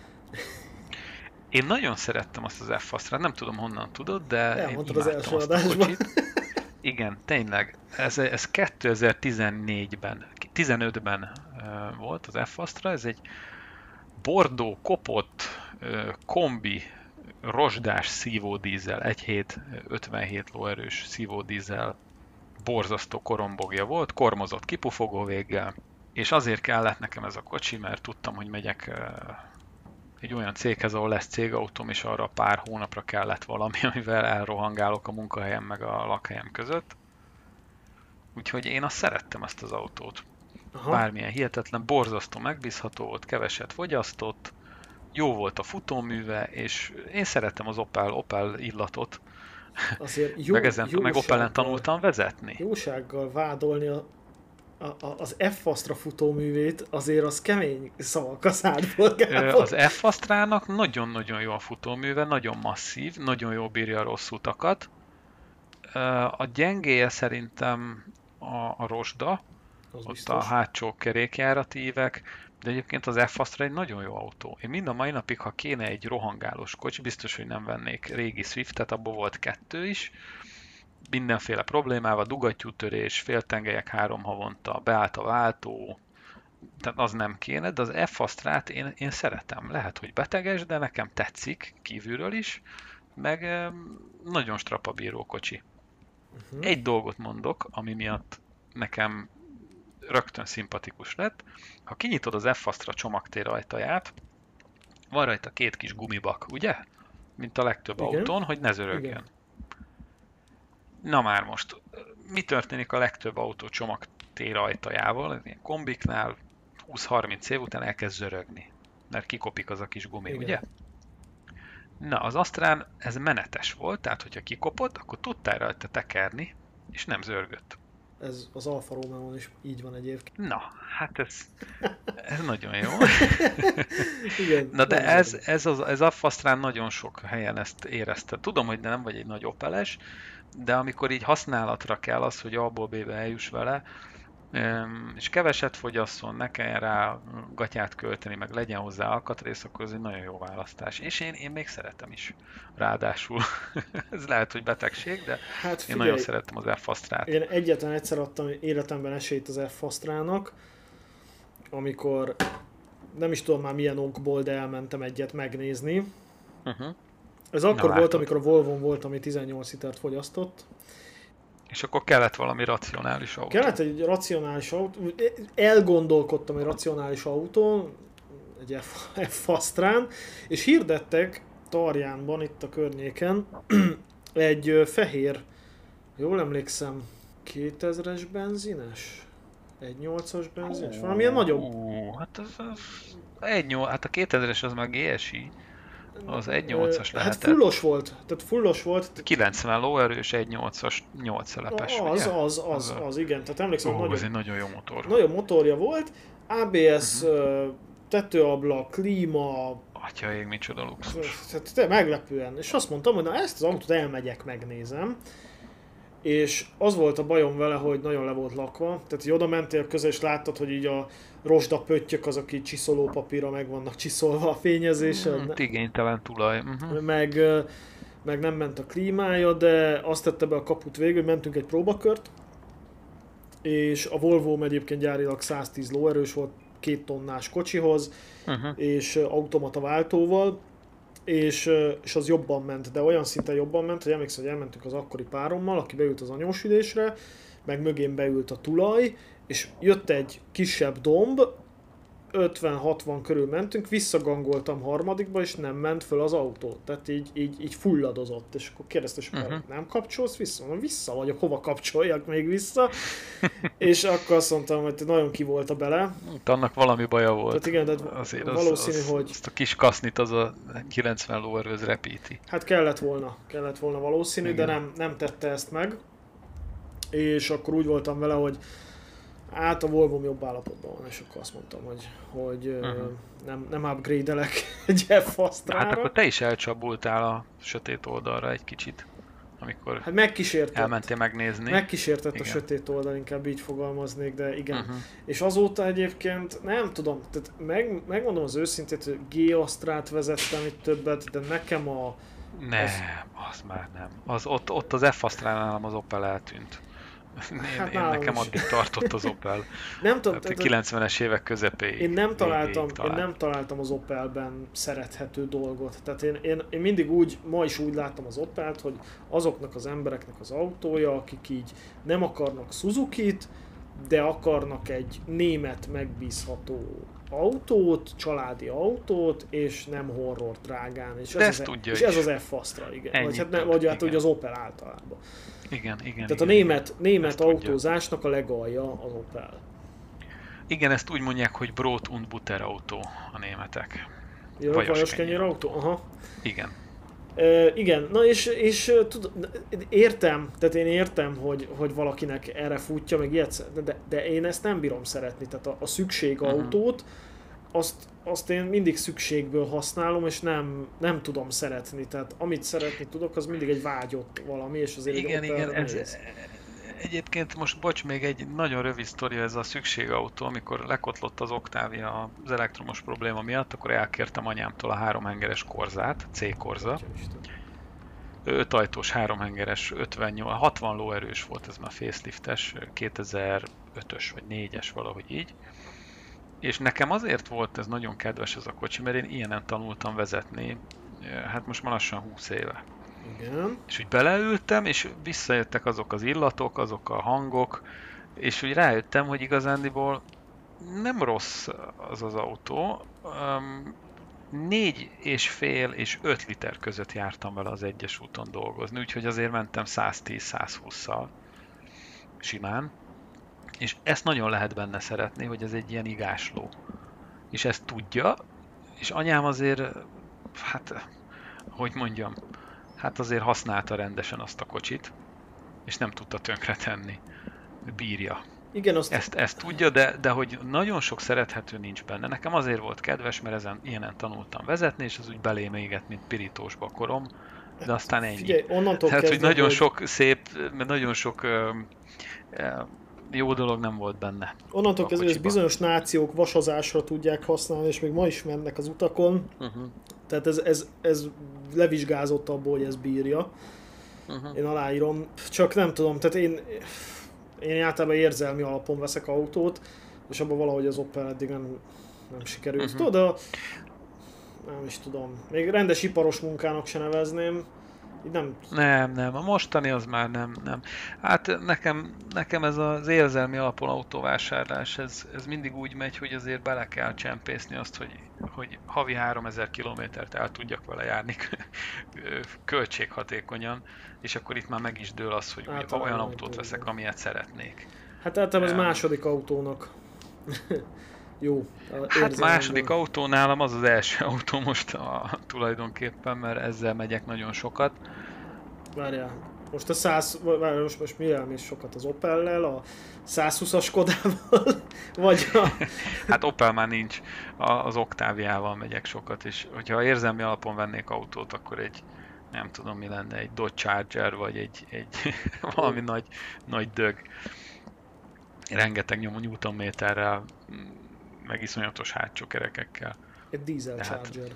B: Én nagyon szerettem azt az F-Astrát, nem tudom honnan tudod, de
A: elmondtad
B: én
A: az első
B: azt a kocsit.
A: Igen,
B: tényleg. Ez, ez kétezer-tizennégyben, tizenötben uh, volt az F-Astra, ez egy bordó, kopott, uh, kombi, rozsdás szívódízel, egy hét ötvenhét lóerős szívódízel, borzasztó korombogja volt, kormozott kipufogó véggel, és azért kellett nekem ez a kocsi, mert tudtam, hogy megyek uh, egy olyan céghez, ahol lesz cégautóm, és arra pár hónapra kellett valami, amivel elrohangálok a munkahelyem meg a lakhelyem között. Úgyhogy én azt szerettem, ezt az autót. Aha. Bármilyen hihetetlen, borzasztó megbízható volt, keveset fogyasztott, jó volt a futóműve, és én szerettem az Opel, Opel illatot.
A: Azért jó,
B: meg ezen, meg Opelen tanultam vezetni.
A: Jósággal vádolni a, a, a, az F-Astra futóművét, azért az kemény szavak a szádból.
B: Az F-Astrának nagyon-nagyon jó a futóműve, nagyon masszív, nagyon jó bírja a rossz utakat. A gyengéje szerintem a, a rozsda, az ott biztos. A hátsó kerékjárati ívek, de egyébként az F-Astra egy nagyon jó autó. Én mind a mai napig, ha kéne egy rohangálós kocsi, biztos, hogy nem vennék régi Swiftet, abból volt kettő is. Mindenféle problémával, dugattyútörés, féltengelyek három havonta, beállt a váltó, tehát az nem kéne, de az F-Astrát én, én szeretem. Lehet, hogy beteges, de nekem tetszik kívülről is, meg nagyon strapabíró kocsi. Uh-huh. Egy dolgot mondok, ami miatt nekem rögtön szimpatikus lett. Ha kinyitod az F-Astra csomagtér ajtaját, van rajta két kis gumibak, ugye? Mint a legtöbb igen. autón, hogy ne zörögjön. Igen. Na már most, mi történik a legtöbb autó csomagtér ajtajával? Ilyen kombiknál húsz-harminc év után elkezd zörögni, mert kikopik az a kis gumi, igen. ugye? Na, az Astrán ez menetes volt, tehát hogyha kikopott, akkor tudtál rajta tekerni, és nem zörgött.
A: ez az Alfa Romeo-n is így van egyébként.
B: Na, hát ez, ez nagyon jó.
A: Igen,
B: Na de
A: nem
B: ez,
A: zöld.
B: ez, az, ez a Fastrán nagyon sok helyen ezt érezte. Tudom, hogy nem vagy egy nagy Opeles, de amikor így használatra kell az, hogy A-ból B-be eljuss vele, Öm, és keveset fogyasszon, ne kelljen rá gatyát költeni, meg legyen hozzá alkatrész, akkor ez egy nagyon jó választás. És én, én még szeretem is. Ráadásul ez lehet, hogy betegség, de
A: Hát
B: én nagyon
A: figyelj,
B: szeretem az F-Fastrát.
A: én egyetlen egyszer adtam életemben esélyt az F-Fastrának, amikor nem is tudom már milyen okból, de elmentem egyet megnézni.
B: Uh-huh.
A: Ez akkor
B: Na,
A: volt,
B: látod.
A: amikor a Volvon volt, ami tizennyolc litert fogyasztott.
B: És akkor kellett valami racionális autó.
A: Kellett egy racionális autó, elgondolkodtam egy racionális autón, egy F- F-Fastrán, és hirdettek Tarjánban, itt a környéken, egy ö, fehér, jól emlékszem, kétezres benzines? egy nyolcas benzines? Valamilyen nagyobb.
B: Ú, hát az, az egy nyolc, hát a kétezres az meg G S I, az egy nyolcas
A: Ö, Hát
B: lehetett.
A: fullos volt, tehát fullos volt.
B: kilencven lóerős, egy nyolcas, nyolc szelepes,
A: Az,
B: ugye?
A: az, az, az, igen, tehát emlékszem, hogy
B: Ó, ez
A: nagyon,
B: egy nagyon jó motor.
A: nagyon motorja volt, á bé es, uh-huh. tetőablak, klíma,
B: Atyaég, micsoda luxus.
A: tehát te meglepően. És azt mondtam, hogy na ezt az autót elmegyek, megnézem. És az volt a bajom vele, hogy nagyon le volt lakva. Tehát így oda mentél közel, és láttad, hogy így a rozsda pöttyök azok így csiszolópapírra meg vannak csiszolva a fényezésen.
B: Mm, igénytelen tulaj. Uh-huh.
A: Meg, ö, meg nem ment a klímája, de azt tette be a kaput végül, hogy mentünk egy próbakört. És a Volvo egyébként gyárilag száztíz lóerős volt, két tonnás kocsihoz,
B: Uh-huh.
A: és ö, automata váltóval. És, ö, és az jobban ment, de olyan szinten jobban ment, hogy emlékszem, hogy elmentünk az akkori párommal, aki beült az anyósülésre, meg mögén beült a tulaj, és jött egy kisebb domb, ötven-hatvan körül mentünk, visszagangoltam harmadikba, és nem ment föl az autó. Tehát így, így, így fulladozott, és akkor kérdezte, hogy
B: Uh-huh.
A: nem kapcsolsz vissza? Mondom, vissza vagyok, hova kapcsoljak még vissza? És akkor azt mondtam, hogy nagyon ki volt a bele.
B: Hát annak valami baja volt.
A: Tehát igen, de
B: Azért az,
A: valószínű,
B: az,
A: hogy
B: azt a kis kasznit az a kilencven lóerő az repíti.
A: hát kellett volna, kellett volna valószínű,
B: Igen.
A: de nem, nem tette ezt meg. És akkor úgy voltam vele, hogy hát a Volvo jobb állapotban van, és akkor azt mondtam, hogy, hogy uh-huh. nem, nem upgrade-elek egy F-Fastrára.
B: Hát akkor te is elcsabultál a sötét oldalra egy kicsit, amikor
A: Hát megkísértett.
B: elmentél megnézni.
A: Megkísértett
B: Igen.
A: a sötét oldal, inkább így fogalmaznék, de igen.
B: Uh-huh.
A: És azóta egyébként nem tudom, tehát meg, megmondom az őszintét, hogy G-Astrát vezettem itt többet, de nekem a...
B: Nem,
A: az-
B: az már nem. Az, ott, ott az F-Astránál nálam az Opel eltűnt. Én,
A: Hát
B: én
A: nálam
B: nekem
A: is.
B: addig tartott az Opel.
A: Nem tudom,
B: Tehát a
A: tehát-
B: kilencvenes évek közepéig.
A: Én nem találtam,
B: végéig
A: én
B: talán.
A: nem találtam az Opelben szerethető dolgot. Tehát én, én, én mindig úgy, ma is úgy láttam az Opelt, hogy azoknak az embereknek az autója, akik így nem akarnak Suzukit, de akarnak egy német megbízható autót, családi autót, és nem horror drágán. És
B: De
A: ez,
B: ezt
A: az,
B: tudja
A: és
B: is.
A: ez az F-Astra, igen.
B: Ennyit
A: Vagy hát, nem,
B: tud,
A: vagy hát
B: igen.
A: ugye az Opel általában.
B: Igen, igen.
A: Tehát
B: igen,
A: a német,
B: igen.
A: német
B: Ezt tudja.
A: autózásnak a legalja az Opel.
B: Igen, ezt úgy mondják, hogy Brot und Butter autó a németek.
A: Jó,
B: Vajos
A: vajos
B: kenyér
A: kenyér autó? Aha.
B: Igen.
A: Uh, igen, na és, és uh, tud, értem, tehát én értem, hogy, hogy valakinek erre futja, meg ilyet, de, de én ezt nem bírom szeretni, tehát a, a szükségautót, azt, azt én mindig szükségből használom, és nem, nem tudom szeretni, tehát amit szeretni tudok, az mindig egy vágyott valami, és azért
B: Igen,
A: egy
B: igen,
A: Opel
B: ez,
A: nehéz.
B: egyébként most bocs, még egy nagyon rövid sztoria ez a szükségautó, amikor lekotlott az Octavia az elektromos probléma miatt, akkor elkértem anyámtól a háromhengeres Corzát, C Corza.
A: Atyaisten.
B: öt ajtós háromhengeres, ötvennyolc, hatvan lóerős volt ez már faceliftes, kétezer-ötös vagy négyes valahogy így. És nekem azért volt ez nagyon kedves ez a kocsi, mert én ilyenen tanultam vezetni, hát most már lassan húsz éve.
A: Igen.
B: És úgy beleültem, és visszajöttek azok az illatok, azok a hangok, és úgy rájöttem, hogy igazándiból nem rossz az az autó. Um, négy és fél és öt liter között jártam vele az egyes úton dolgozni, úgyhogy azért mentem száztíz-százhússzal simán. És ezt nagyon lehet benne szeretni, hogy ez egy ilyen igásló. És ezt tudja, és anyám azért, hát, hogy mondjam, hát azért használta rendesen azt a kocsit, és nem tudta tönkretenni. bírja.
A: Igen, azt...
B: Ezt, ezt tudja, de, de hogy nagyon sok szerethető nincs benne. Nekem azért volt kedves, mert ezen ilyenen tanultam vezetni, és az úgy belém égett, mint pirítósba korom, de aztán ennyi.
A: Figyelj, onnantól
B: Tehát, hogy
A: kezdve,
B: nagyon
A: hogy...
B: sok szép, nagyon sok ö, ö, jó dolog nem volt benne.
A: Onnantól kezdve, hogy bizonyos nációk vasazásra tudják használni, és még ma is mennek az utakon. Uh-huh. Tehát ez, ez, ez levizsgázott abból, hogy ez bírja. Uh-huh. Én aláírom. Csak nem tudom, tehát én, én általában érzelmi alapon veszek autót, és abban valahogy az Opel eddig nem, nem sikerült. Uh-huh. De nem is tudom. Még rendes iparos munkának se nevezném. Nem.
B: nem, nem, a mostani az már nem, nem. Hát nekem, nekem ez az érzelmi alapon autóvásárlás, ez, ez mindig úgy megy, hogy azért bele kell csempészni azt, hogy, hogy havi háromezer kilométert el tudjak vele járni költséghatékonyan, és akkor itt már meg is dől az, hogy hát, olyan autót veszek, amilyet szeretnék.
A: Hát általában az második autónak. Jó.
B: Hát második autó nálam az az első autó most a, tulajdonképpen, mert ezzel megyek nagyon sokat.
A: Várjál, most a száz, várjál, most, most mire mész sokat, az Opellel, a százhúszas Skodával, vagy a...
B: Hát Opel már nincs, az Octaviával megyek sokat, és hogyha érzelmi alapon vennék autót, akkor egy, nem tudom mi lenne, egy Dodge Charger, vagy egy, egy valami nagy, nagy dög. Rengeteg nyomó newtonméterrel, meg iszonyatos hátsó kerekekkel.
A: Egy diesel Charger.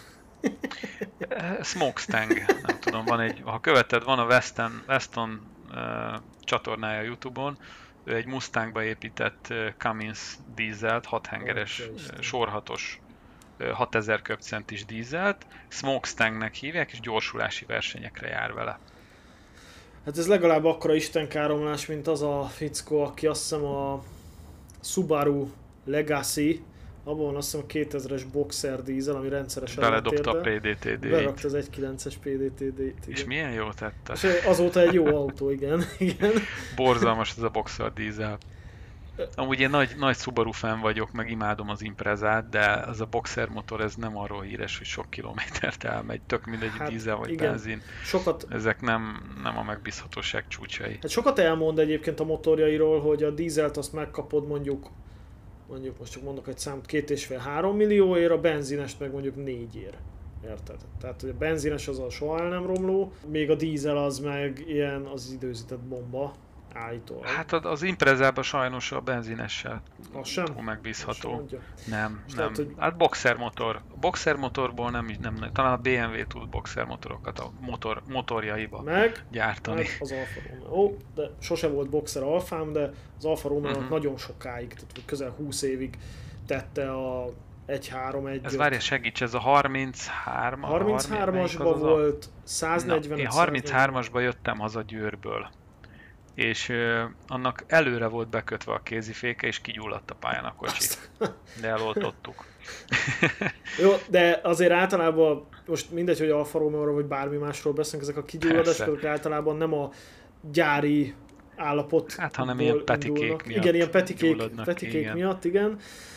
B: Hát, Smokestang, nem tudom, van egy, ha követed, van a Weston, Weston uh, csatornája YouTube-on, ő egy Mustangba épített uh, Cummins dízelt, hat hengeres, uh, sorhatos, uh, hatezer köbcentis dízelt, Smokestangnek hívják, és gyorsulási versenyekre jár vele.
A: Hát ez legalább akkora istenkáromlás, mint az a fickó, aki azt hiszem a Subaru Legacy, abban van azt hiszem a kétezres boxer dízel, ami rendszeresen
B: beledobta a pé dé té dé-t.
A: Berakta az egy kilences pé dé té dé-t.
B: És milyen jó tette?
A: És azóta egy jó autó, igen. igen.
B: Borzalmas ez a boxer dízel. Amúgy én nagy, nagy Subaru fan vagyok, meg imádom az Imprezát, de az a boxer motor ez nem arról híres, hogy sok kilométert elmegy, tök mindegy, hát, dízel vagy igen. benzin. Sokat... Ezek nem, nem a megbízhatóság csúcsai.
A: Hát sokat elmond egyébként a motorjairól, hogy a dízelt azt megkapod mondjuk, mondjuk most csak mondok egy számot, két és fél három millióért, a benzinest meg mondjuk négyért. Érted? Tehát hogy a benzines az a soha el nem romló, még a dízel az meg ilyen az időzített bomba. Állítólag.
B: Hát az Imprezában sajnos a benzinessel
A: az sem
B: megbízható. Nem,
A: és
B: nem.
A: lehet, hogy...
B: Hát boxer motor. A boxer motorból nem, nem, talán a bé em vé tud boxer motorokat a motor, motorjaiba
A: meg,
B: gyártani.
A: Meg az Alfa Romeo, de sose volt boxer Alfám, de az Alfa Romeo uh-huh. nagyon sokáig, tehát közel húsz évig tette a egy három egy.
B: Ez várja, segíts, ez a harminchárom
A: harminchármasban volt, száznegyven.
B: Na, én harminchármasban jöttem haza Győrből. És uh, annak előre volt bekötve a kéziféke, és kigyulladt a pályán a kocsi. De eloltottuk.
A: Jó, de azért általában, most mindegy, hogy Alfa Romeo-ról vagy bármi másról beszélünk, ezek a kigyulladások általában nem a gyári állapot.
B: Hát, hanem ilyen petikék miatt.
A: Igen, ilyen petikék, petikék miatt, igen.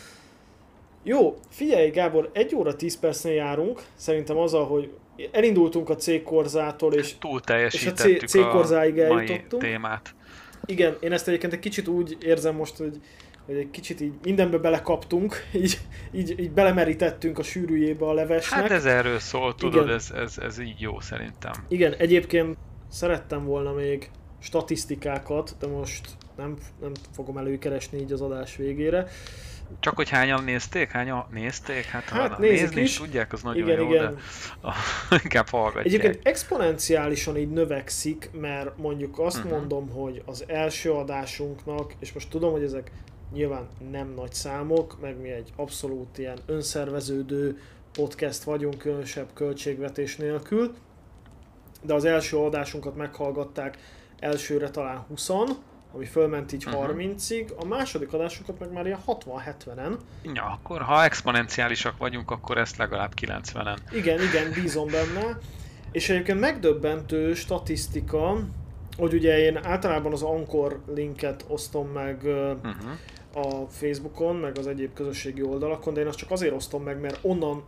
A: Jó, figyelj Gábor, egy óra tíz percnél járunk, szerintem azzal, hogy elindultunk a C-korzától, és,
B: túl
A: és a C-korzáig eljutottunk.
B: Témát.
A: Igen, én ezt egyébként egy kicsit úgy érzem most, hogy, hogy egy kicsit így mindenbe belekaptunk, így, így, így belemerítettünk a sűrűjébe a levesnek.
B: Hát ez erről szól, tudod, ez, ez, ez így jó szerintem.
A: Igen, egyébként szerettem volna még statisztikákat, de most nem, nem fogom előkeresni így az adás végére.
B: Csak hogy hányan nézték? Hányan nézték? Hát,
A: hát
B: ha
A: nézni
B: is tudják, az nagyon
A: igen,
B: jó,
A: igen.
B: de inkább hallgatják.
A: Egyébként exponenciálisan így növekszik, mert mondjuk azt uh-huh. mondom, hogy az első adásunknak, és most tudom, hogy ezek nyilván nem nagy számok, meg mi egy abszolút ilyen önszerveződő podcast vagyunk, különösebb költségvetés nélkül, de az első adásunkat meghallgatták elsőre talán húszan, ami fölment így uh-huh. harmincig, a második adásunkat meg már ilyen hatvan-hetvenen.
B: Ja, akkor ha exponenciálisak vagyunk, akkor ezt legalább kilencvenen.
A: Igen, igen, bízom benne. És egyébként megdöbbentő statisztika, hogy ugye én általában az Anchor linket osztom meg uh-huh. a Facebookon, meg az egyéb közösségi oldalakon, de én azt csak azért osztom meg, mert onnan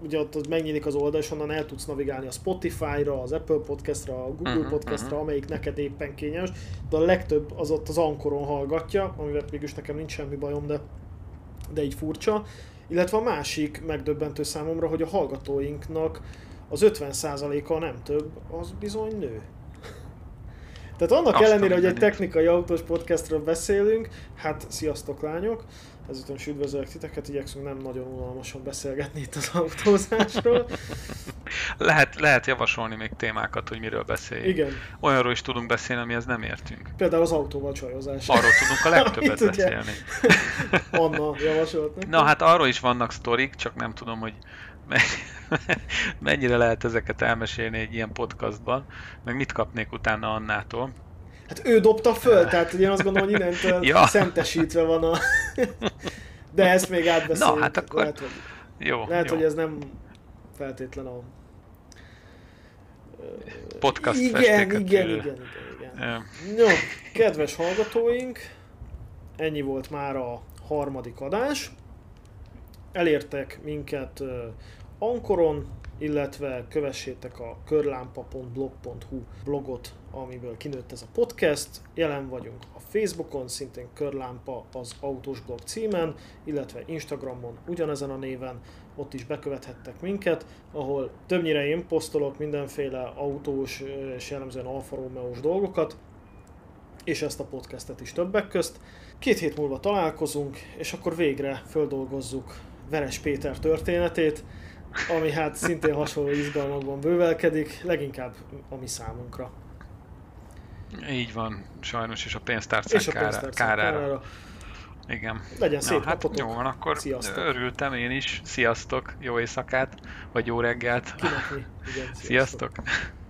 A: ugye ott az megnyílik az oldal, és onnan el tudsz navigálni a Spotify-ra, az Apple Podcast-ra, a Google
B: Uh-huh,
A: Podcast-ra,
B: uh-huh.
A: amelyik neked éppen kényelmes, de a legtöbb az ott az Anchoron hallgatja, amivel mégis nekem nincs semmi bajom, de, de így furcsa. Illetve a másik megdöbbentő számomra, hogy a hallgatóinknak az ötven százaléka nem több, az bizony nő. Tehát annak
B: Azt
A: ellenére, hogy egy
B: mindenit.
A: technikai autós podcastről beszélünk, hát sziasztok lányok, ezután is üdvözöllek titeket, igyekszünk nem nagyon unalmasan beszélgetni itt az autózásról.
B: Lehet, lehet javasolni még témákat, hogy miről beszéljünk.
A: Igen,
B: Olyanról is tudunk beszélni, amihez nem értünk.
A: például az autóval csajozás.
B: Arról tudunk a legtöbbet
A: Amit ugye
B: beszélni.
A: Anna javasolt nekem.
B: Na hát arról is vannak sztorik, csak nem tudom, hogy me- mennyire lehet ezeket elmesélni egy ilyen podcastban, meg mit kapnék utána Annától.
A: Hát ő dobta föl, tehát én azt gondolom, hogy innentől
B: Ja.
A: szentesítve van a... De ezt még átbeszéljük.
B: Na, hát akkor-
A: Lehet, hogy,
B: Jó,
A: lehet
B: jó.
A: hogy ez nem feltétlen a...
B: Podcast
A: igen,
B: festéket
A: igen,
B: ül.
A: igen, igen, igen.
B: Ö,
A: Jó, kedves hallgatóink, ennyi volt már a harmadik adás. Elértek minket uh, Anchoron, illetve kövessétek a körlámpa pont blog pont hu blogot, amiből kinőtt ez a podcast. Jelen vagyunk a Facebookon, szintén Körlámpa az autós blog címen, illetve Instagramon ugyanezen a néven, ott is bekövethettek minket, ahol többnyire én posztolok mindenféle autós és jellemzően Alfa Romeo-s dolgokat, és ezt a podcastet is többek közt. Két hét múlva találkozunk, és akkor végre földolgozzuk Veres Péter történetét, ami hát szintén hasonló izgalmakban bővelkedik, leginkább a mi számunkra.
B: így van, sajnos, és a pénztárcán
A: És a
B: kára-
A: pénztárcán
B: kárára.
A: kárára.
B: Igen.
A: Legyen
B: Na,
A: szép
B: hát
A: napotok.
B: jó van, akkor
A: Sziasztok.
B: örültem én is. Sziasztok, jó éjszakát, vagy jó reggelt.
A: Kinek mi? Igen,
B: Sziasztok.